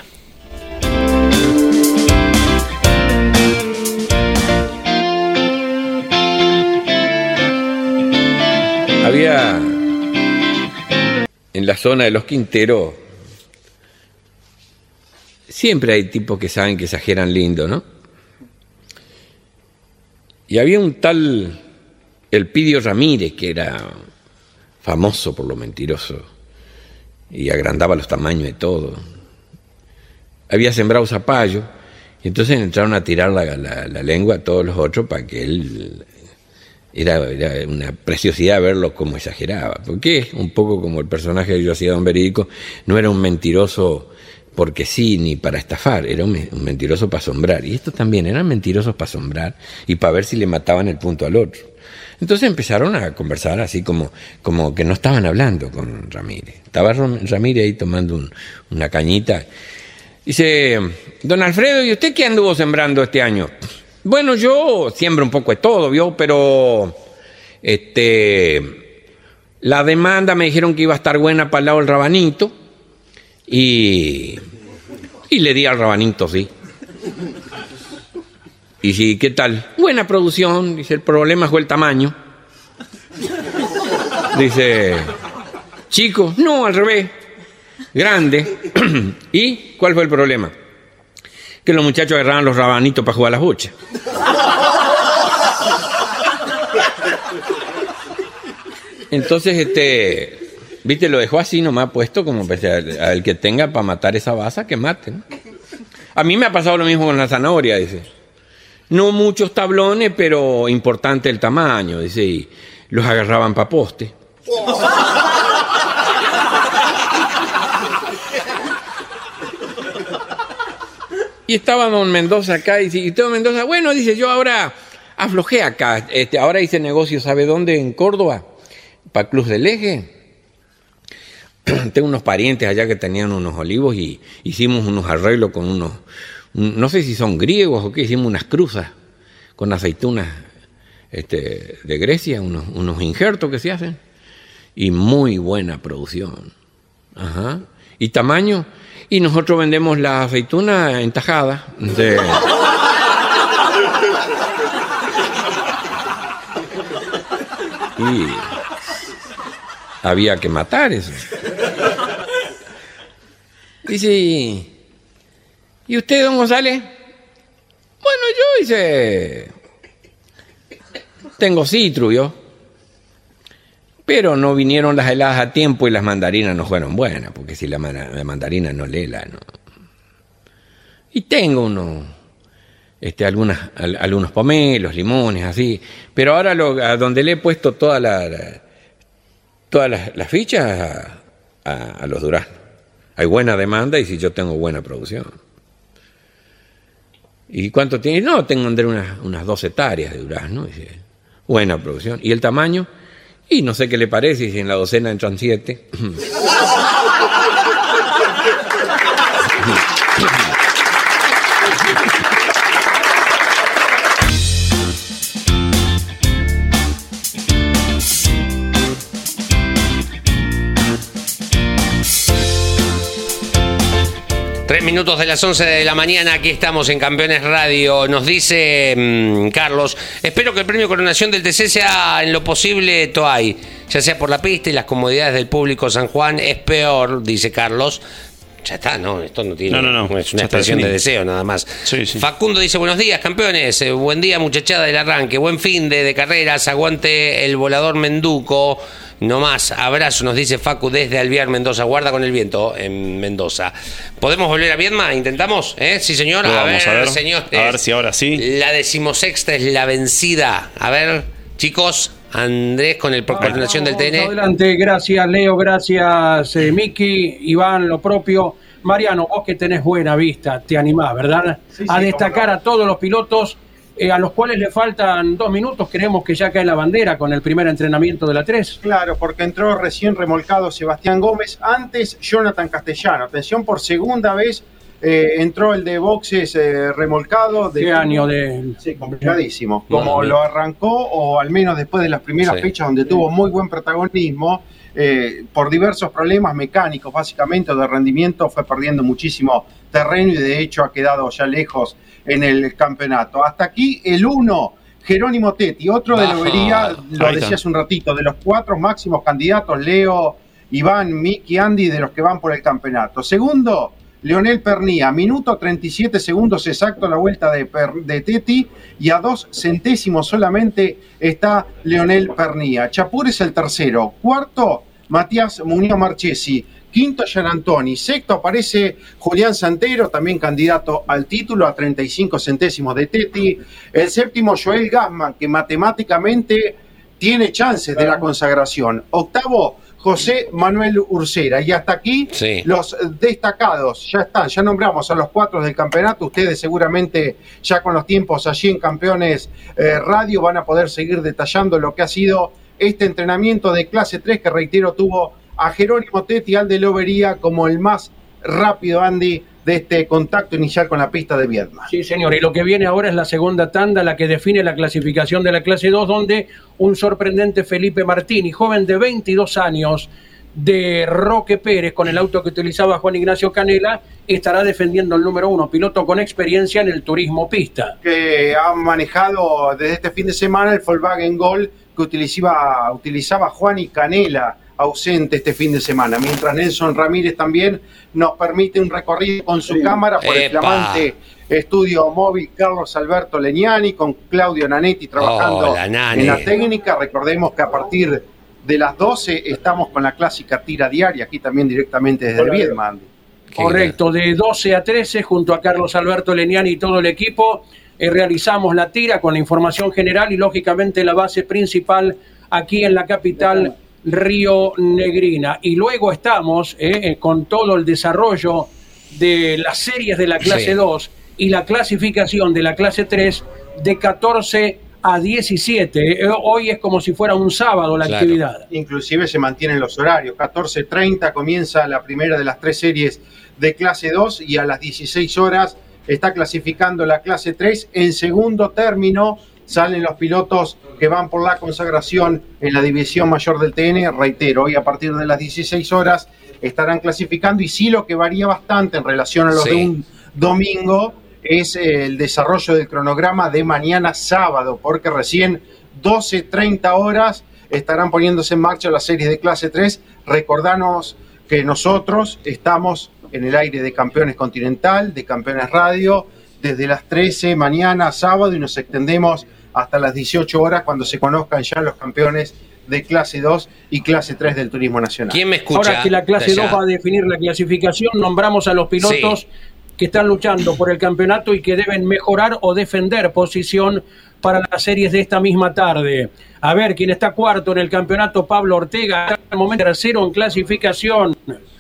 Había en la zona de los Quinteros, siempre hay tipos que saben que exageran lindo, ¿no? Y había un tal Elpidio Ramírez, que era famoso por lo mentiroso y agrandaba los tamaños de todo. Había sembrado zapallo y entonces entraron a tirar la, la- la lengua a todos los otros para que él... Era, era una preciosidad verlo como exageraba, porque es un poco como el personaje que yo hacía Don Verídico, no era un mentiroso porque sí, ni para estafar, era un, me- un mentiroso para asombrar, y estos también eran mentirosos para asombrar y para ver si le mataban el punto al otro. Entonces empezaron a conversar así como, como que no estaban hablando con Ramírez. Estaba Ram- Ramírez ahí tomando un- una cañita. Dice, don Alfredo, ¿y usted qué anduvo sembrando este año? Bueno, yo siembro un poco de todo, ¿vio? Pero este, la demanda me dijeron que iba a estar buena para el lado del rabanito y, y le di al rabanito, sí. Y sí, ¿qué tal? Buena producción, dice, el problema fue el tamaño. Dice, chico, no, al revés, grande. ¿Y cuál fue el problema? Que los muchachos agarraban los rabanitos para jugar a las bochas. Entonces, este, viste, lo dejó así nomás puesto como pese a- al que tenga para matar esa baza, que mate, ¿no? A mí me ha pasado lo mismo con la zanahoria, dice. No muchos tablones, pero importante el tamaño, dice, y los agarraban para poste. Y estaba don Mendoza acá y dice, y don Mendoza, bueno, dice, yo ahora aflojé acá, este, ahora hice negocio, ¿sabe dónde? En Córdoba, para Cruz del Eje. Tengo unos parientes allá que tenían unos olivos y hicimos unos arreglos con unos, no sé si son griegos o qué, hicimos unas cruzas con aceitunas este, de Grecia, unos, unos injertos que se hacen, y muy buena producción. Ajá. Y tamaño, y nosotros vendemos la aceituna en tajada. De... y había que matar eso. Dice, ¿y usted, don González? Bueno, yo hice... Tengo citru, yo. Pero no vinieron las heladas a tiempo y las mandarinas no fueron buenas, porque si la, la mandarina no lela, no. Y tengo unos, este, algunas, al, algunos pomelos, limones, así. Pero ahora lo, a donde le he puesto toda la, la, todas las, las fichas a, a, a los duraznos. Hay buena demanda y si yo tengo buena producción. ¿Y cuánto tiene? No, tengo unas, unas dos hectáreas de durazno. Dice, buena producción. ¿Y el tamaño? Y no sé qué le parece, si en la docena entran siete. Tres minutos de las once de la mañana, aquí estamos en Campeones Radio. Nos dice mmm, Carlos, espero que el premio Coronación del T C sea en lo posible Toay, ya sea por la pista y las comodidades del público. San Juan es peor, dice Carlos. Ya está, no, esto no tiene, no, no, no. es una expresión de deseo nada más. Sí, sí. Facundo dice, buenos días, campeones, eh, buen día muchachada del arranque, buen fin de, de carreras, aguante el volador Menduco. No más, abrazo, nos dice Facu desde Alvear, Mendoza. Guarda con el viento en Mendoza. ¿Podemos volver a Viedma? ¿Intentamos? ¿Eh? Sí, señor. Lo a vamos ver, a ver, señores. a ver si ahora sí. La decimosexta es la vencida. A ver, chicos, Andrés con el por coordinación del T N. Adelante, gracias Leo, gracias eh, Miki, Iván, lo propio. Mariano, vos que tenés buena vista, te animás, ¿verdad? Sí, a sí, destacar a todos los pilotos Eh, a los cuales le faltan dos minutos, creemos que ya cae la bandera con el primer entrenamiento de la tres. Claro, porque entró recién remolcado Sebastián Gómez, antes Jonathan Castellano. Atención, por segunda vez eh, entró el de boxes eh, remolcado. De ¿Qué año de...? Sí, complicadísimo. Como lo arrancó, o al menos después de las primeras sí. fechas donde tuvo muy buen protagonismo, eh, por diversos problemas mecánicos, básicamente, de rendimiento, fue perdiendo muchísimo terreno y de hecho ha quedado ya lejos en el campeonato. Hasta aquí el uno, Jerónimo Tetti, otro de Lobería, lo decía hace un ratito, de los cuatro máximos candidatos, Leo, Iván, Miki, Andy, de los que van por el campeonato. Segundo, Leonel Pernía, minuto treinta y siete segundos exacto la vuelta de, per, de Tetti, y a dos centésimos solamente está Leonel Pernía. Chapur es el tercero. Cuarto, Matías Muñoz Marchesi. Quinto, Gianantoni. Sexto aparece Julián Santero, también candidato al título, a treinta y cinco centésimos de Tetti. El séptimo, Joel Gassman, que matemáticamente tiene chances de la consagración. Octavo, José Manuel Ursera. Y hasta aquí sí. los destacados. Ya están, ya nombramos a los cuatro del campeonato. Ustedes seguramente ya con los tiempos allí en Campeones eh, Radio van a poder seguir detallando lo que ha sido este entrenamiento de clase tres, que reitero tuvo a Jerónimo Tetti, al de Lobería, como el más rápido, Andy, de este contacto inicial con la pista de Viedma. Sí, señor, y lo que viene ahora es la segunda tanda, la que define la clasificación de la clase dos, donde un sorprendente Felipe Martini, joven de veintidós años, de Roque Pérez, con el auto que utilizaba Juan Ignacio Canela, estará defendiendo el número uno, piloto con experiencia en el turismo pista. Que ha manejado desde este fin de semana el Volkswagen Gol que utilizaba, utilizaba Juan y Canela, ausente este fin de semana, mientras Nelson Ramírez también nos permite un recorrido con su sí. cámara por Epa. el flamante estudio móvil Carlos Alberto Legnani, con Claudio Nanetti trabajando oh, la en la técnica. Recordemos que a partir de las doce estamos con la clásica tira diaria, aquí también directamente desde el Viedma. Correcto, de doce a trece junto a Carlos Alberto Legnani y todo el equipo. eh, realizamos la tira con la información general y lógicamente la base principal aquí en la capital rionegrina. Y luego estamos eh, con todo el desarrollo de las series de la clase sí. dos y la clasificación de la clase tres de catorce a diecisiete. Hoy es como si fuera un sábado la claro. actividad. Inclusive se mantienen los horarios. catorce treinta comienza la primera de las tres series de clase dos y a las dieciséis horas está clasificando la clase tres. En segundo término salen los pilotos que van por la consagración en la división mayor del T N. Reitero, hoy a partir de las dieciséis horas estarán clasificando, y sí lo que varía bastante en relación a los sí. de un domingo es el desarrollo del cronograma de mañana sábado, porque recién doce treinta horas estarán poniéndose en marcha las series de clase tres. Recordanos que nosotros estamos en el aire de Campeones Continental, de Campeones Radio, desde las trece mañana sábado, y nos extendemos hasta las dieciocho horas cuando se conozcan ya los campeones de clase dos y clase tres del turismo nacional. ¿Quién me escucha? Ahora que la clase dos va a definir la clasificación, nombramos a los pilotos sí. que están luchando por el campeonato y que deben mejorar o defender posición para las series de esta misma tarde. A ver, quién está cuarto en el campeonato, Pablo Ortega, hasta el momento tercero en clasificación.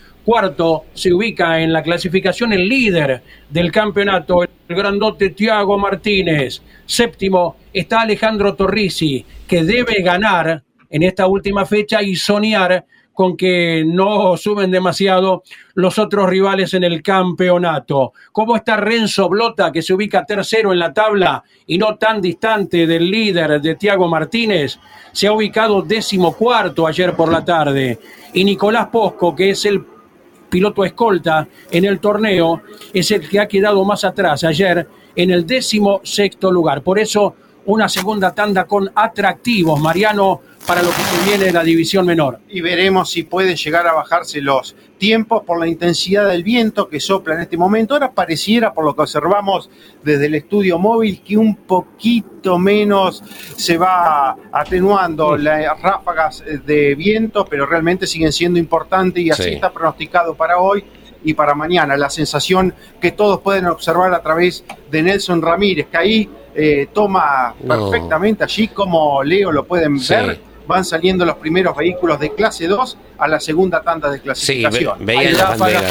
Cuarto se ubica en la clasificación el líder del campeonato, el grandote Tiago Martínez. Séptimo está Alejandro Torrisi, que debe ganar en esta última fecha y soñar con que no suben demasiado los otros rivales en el campeonato. ¿Cómo está Renzo Blota, que se ubica tercero en la tabla y no tan distante del líder de Tiago Martínez? Se ha ubicado decimocuarto ayer por la tarde. Y Nicolás Posco, que es el piloto escolta en el torneo, es el que ha quedado más atrás ayer en el décimo sexto lugar. Por eso, una segunda tanda con atractivos, Mariano, para lo que se viene en la división menor. Y veremos si pueden llegar a bajarse los tiempos por la intensidad del viento que sopla en este momento. Ahora pareciera, por lo que observamos desde el estudio móvil, que un poquito menos se va atenuando sí. las ráfagas de viento, pero realmente siguen siendo importantes, y así sí. está pronosticado para hoy y para mañana. La sensación que todos pueden observar a través de Nelson Ramírez, que ahí eh, toma no. perfectamente allí, como Leo lo pueden sí. ver. Van saliendo los primeros vehículos de clase dos a la segunda tanda de clasificación. Sí, ve, veían las banderas.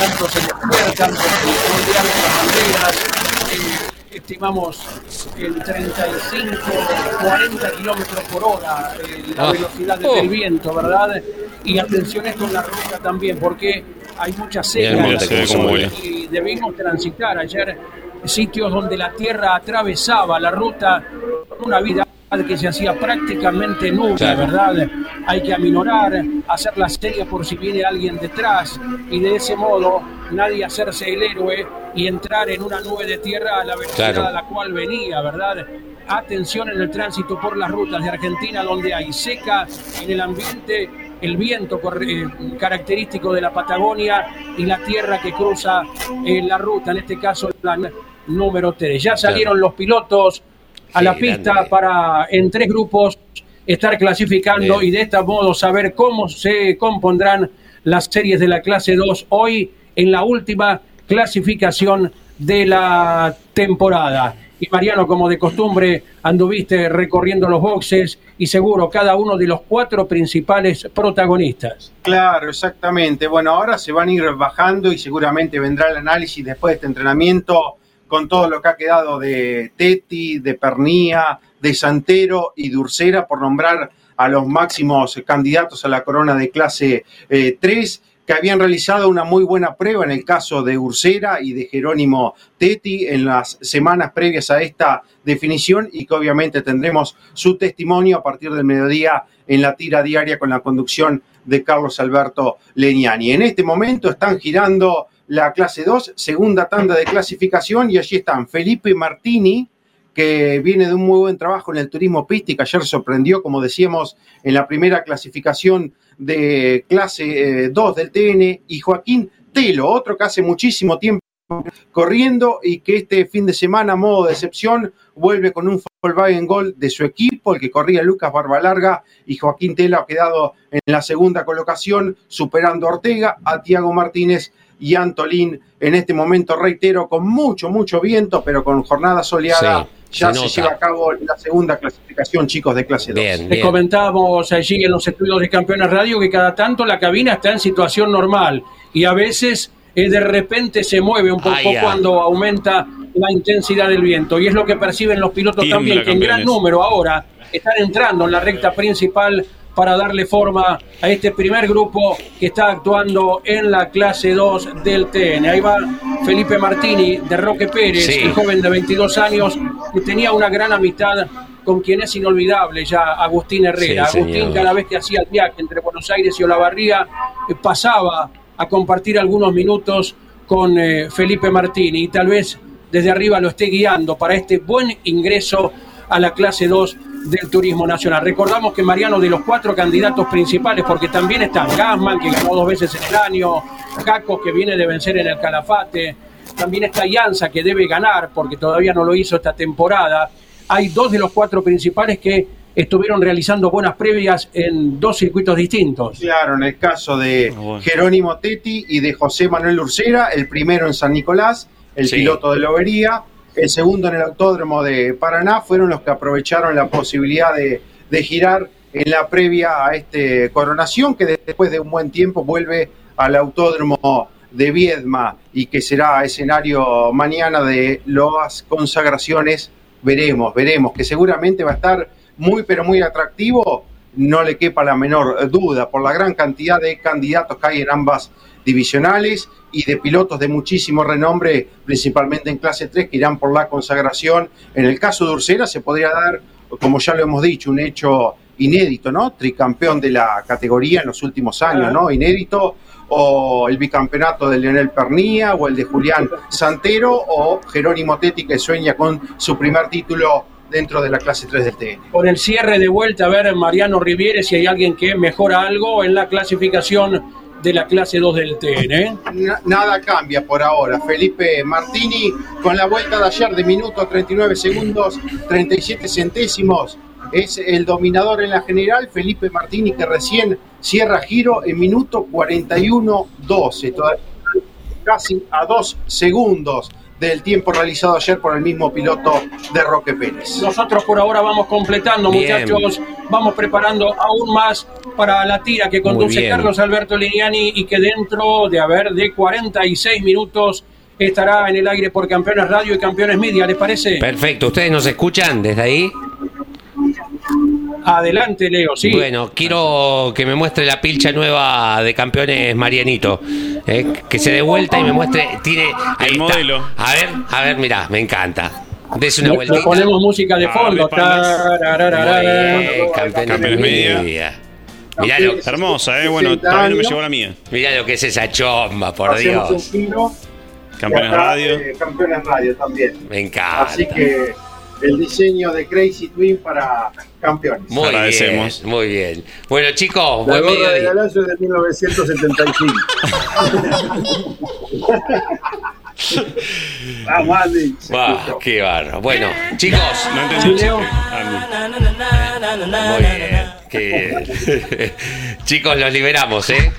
Estimamos el treinta y cinco, cuarenta kilómetros por hora, eh, la ah. velocidad del oh. viento, ¿verdad? Y atención esto en la ruta también, porque hay muchas secas y, y debimos transitar ayer sitios donde la tierra atravesaba la ruta, una vida que se hacía prácticamente nula, claro. ¿verdad? Hay que aminorar, hacer la serie por si viene alguien detrás, y de ese modo nadie hacerse el héroe y entrar en una nube de tierra a la velocidad claro. a la cual venía, ¿verdad? Atención en el tránsito por las rutas de Argentina, donde hay seca en el ambiente, el viento eh, característico de la Patagonia y la tierra que cruza eh, la ruta, en este caso la número tres. Ya salieron claro. los pilotos a sí, la pista grande. Para en tres grupos estar clasificando Bien. Y de este modo saber cómo se compondrán las series de la clase dos hoy en la última clasificación de la temporada. Y Mariano, como de costumbre, anduviste recorriendo los boxes y seguro cada uno de los cuatro principales protagonistas. Claro, exactamente. Bueno, ahora se van a ir bajando y seguramente vendrá el análisis después de este entrenamiento con todo lo que ha quedado de Teti, de Pernía, de Santero y de Ursera, por nombrar a los máximos candidatos a la corona de clase eh, tres, que habían realizado una muy buena prueba en el caso de Ursera y de Jerónimo Teti en las semanas previas a esta definición, y que obviamente tendremos su testimonio a partir del mediodía en la tira diaria con la conducción de Carlos Alberto Legnani. En este momento están girando la clase dos, segunda tanda de clasificación, y allí están Felipe Martini, que viene de un muy buen trabajo en el turismo pista y que ayer sorprendió, como decíamos, en la primera clasificación de clase dos del T N, y Joaquín Telo, otro que hace muchísimo tiempo corriendo y que este fin de semana, a modo de excepción, vuelve con un Volkswagen Gol de su equipo, el que corría Lucas Barbalarga, y Joaquín Telo ha quedado en la segunda colocación, superando a Ortega, a Tiago Martínez y Antolín en este momento, reitero, con mucho, mucho viento, pero con jornada soleada. Sí, ya se, se lleva a cabo la segunda clasificación, chicos, de clase dos. Les comentábamos allí en los estudios de Campeones Radio que cada tanto la cabina está en situación normal y a veces eh, de repente se mueve un poco Ay, cuando aumenta la intensidad del viento, y es lo que perciben los pilotos Tiembla, también, que en gran número ahora están entrando en la recta principal para darle forma a este primer grupo que está actuando en la clase dos del T N. Ahí va Felipe Martini de Roque Pérez, sí. el joven de veintidós años que tenía una gran amistad con quien es inolvidable ya, Agustín Herrera. Sí, Agustín, señor. Cada vez que hacía el viaje entre Buenos Aires y Olavarría, eh, pasaba a compartir algunos minutos con eh, Felipe Martini, y tal vez desde arriba lo esté guiando para este buen ingreso a la clase dos del Turismo Nacional. Recordamos que Mariano, de los cuatro candidatos principales, porque también están Gassman, que ganó dos veces en el año, Jaco, que viene de vencer en el Calafate, también está Ianza, que debe ganar porque todavía no lo hizo esta temporada. Hay dos de los cuatro principales que estuvieron realizando buenas previas en dos circuitos distintos. Claro, en el caso de bueno. Jerónimo Tetti y de José Manuel Ursera, el primero en San Nicolás, el sí. piloto de Lobería, el segundo en el Autódromo de Paraná, fueron los que aprovecharon la posibilidad de, de girar en la previa a este Coronación, que después de un buen tiempo vuelve al Autódromo de Viedma y que será escenario mañana de las consagraciones. Veremos, veremos, que seguramente va a estar muy pero muy atractivo, no le quepa la menor duda, por la gran cantidad de candidatos que hay en ambas divisionales y de pilotos de muchísimo renombre, principalmente en clase tres, que irán por la consagración. En el caso de Ursera se podría dar, como ya lo hemos dicho, un hecho inédito, ¿no? Tricampeón de la categoría en los últimos años, ¿no? Inédito, o el bicampeonato de Leonel Pernía, o el de Julián Santero, o Jerónimo Tetti, que sueña con su primer título dentro de la clase tres del T N. Con el cierre de vuelta, a ver, Mariano Riviere, si hay alguien que mejora algo en la clasificación de la clase dos del T N. ¿eh? Nada cambia por ahora. Felipe Martini, con la vuelta de ayer de minuto treinta y nueve segundos, treinta y siete centésimos, es el dominador en la general. Felipe Martini, que recién cierra giro en minuto cuarenta y uno doce, casi a dos segundos del tiempo realizado ayer por el mismo piloto de Roque Pérez. Nosotros por ahora vamos completando, Bien. muchachos, vamos preparando aún más para la tira que conduce Carlos Alberto Liniani, y que dentro de haber de cuarenta y seis minutos estará en el aire por Campeones Radio y Campeones Media, ¿les parece? Perfecto, ¿ustedes nos escuchan desde ahí? Adelante, Leo, sí. Bueno, quiero que me muestre la pilcha nueva de Campeones Marianito. Eh, que se dé vuelta y me muestre. Tiene ahí el está. modelo. A ver, a ver, mirá, me encanta. Dese una le, vueltita. Le ponemos música de fondo. Bien, Campeones Media. Media. Mirá lo, hermosa, eh. Bueno, todavía no me llegó la mía. Mirá lo que es esa chomba, por Hacemos Dios. Un Campeones Radio. Eh, Campeones Radio también. Me encanta. Así que el diseño de Crazy Twin para Campeones. Muy Agradecemos. bien, muy bien. Bueno, chicos, la buen gorra mediodía. de Galacio es de mil novecientos setenta y cinco. Vamos, Andy. Wow, qué barro. Bueno, chicos. No entendí. Sí, Leo. Muy bien. Qué... chicos, los liberamos, ¿eh?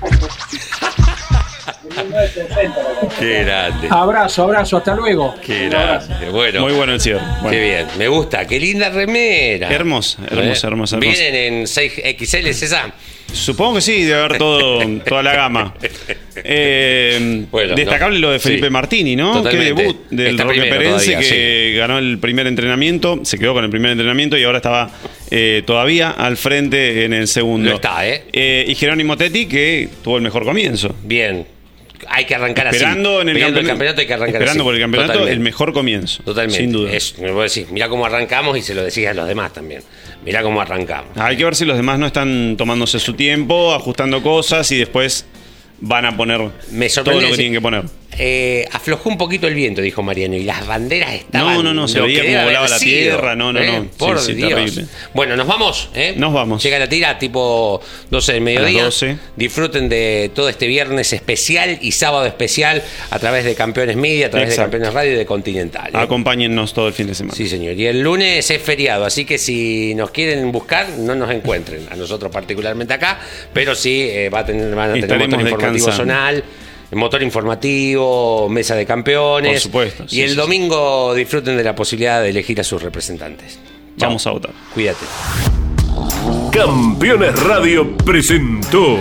Qué grande. Abrazo, abrazo, hasta luego. Qué grande. Bueno. Muy bueno el cierre. Bueno. Qué bien. Me gusta. Qué linda remera. Hermosa, hermosa, hermosa, hermosa. ¿Vienen en seis equis ele, es esa? Supongo que sí, debe haber todo, toda la gama. Eh, bueno, destacable no. lo de Felipe sí. Martini, ¿no? Totalmente. Qué debut del Roque Perense, que sí. ganó el primer entrenamiento, se quedó con el primer entrenamiento y ahora estaba eh, todavía al frente en el segundo. No está, ¿eh? eh y Jerónimo Tetti, que tuvo el mejor comienzo. Bien. Hay que arrancar esperando así. En el, campeonato, el campeonato hay que arrancar Esperando así. por el campeonato, Totalmente. El mejor comienzo. Totalmente. Sin duda. Es, me voy a decir, mirá cómo arrancamos y se lo decís a los demás también. Mirá cómo arrancamos. Hay que ver si los demás no están tomándose su tiempo, ajustando cosas y después van a poner me todo lo que tienen que poner. Eh, aflojó un poquito el viento, dijo Mariano, y las banderas estaban... No, no, no, se veía como volaba la tierra, no, no, ¿eh? no. Por sí, Dios. Sí, terrible. Bueno, nos vamos, ¿eh? Nos vamos. Llega la tira tipo doce del mediodía. A las doce. Disfruten de todo este viernes especial y sábado especial a través de Campeones Media, a través Exacto. de Campeones Radio y de Continental. ¿eh? Acompáñennos todo el fin de semana. Sí, señor. Y el lunes es feriado, así que si nos quieren buscar, no nos encuentren, a nosotros particularmente acá, pero sí eh, va a tener, van a tener un informativo zonal. motor informativo, mesa de campeones. Por supuesto. Y el sí, domingo disfruten de la posibilidad de elegir a sus representantes. Chao. Vamos a votar. Cuídate. Campeones Radio presentó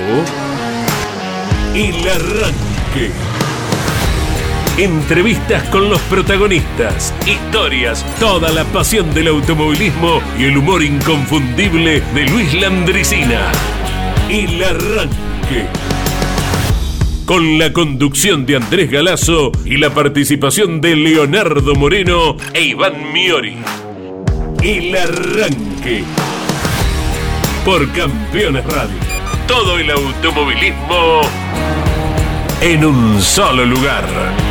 El Arranque. Entrevistas con los protagonistas, historias, toda la pasión del automovilismo y el humor inconfundible de Luis Landricina. El Arranque. Con la conducción de Andrés Galazo y la participación de Leonardo Moreno e Iván Miori. El Arranque. Por Campeones Radio. Todo el automovilismo en un solo lugar.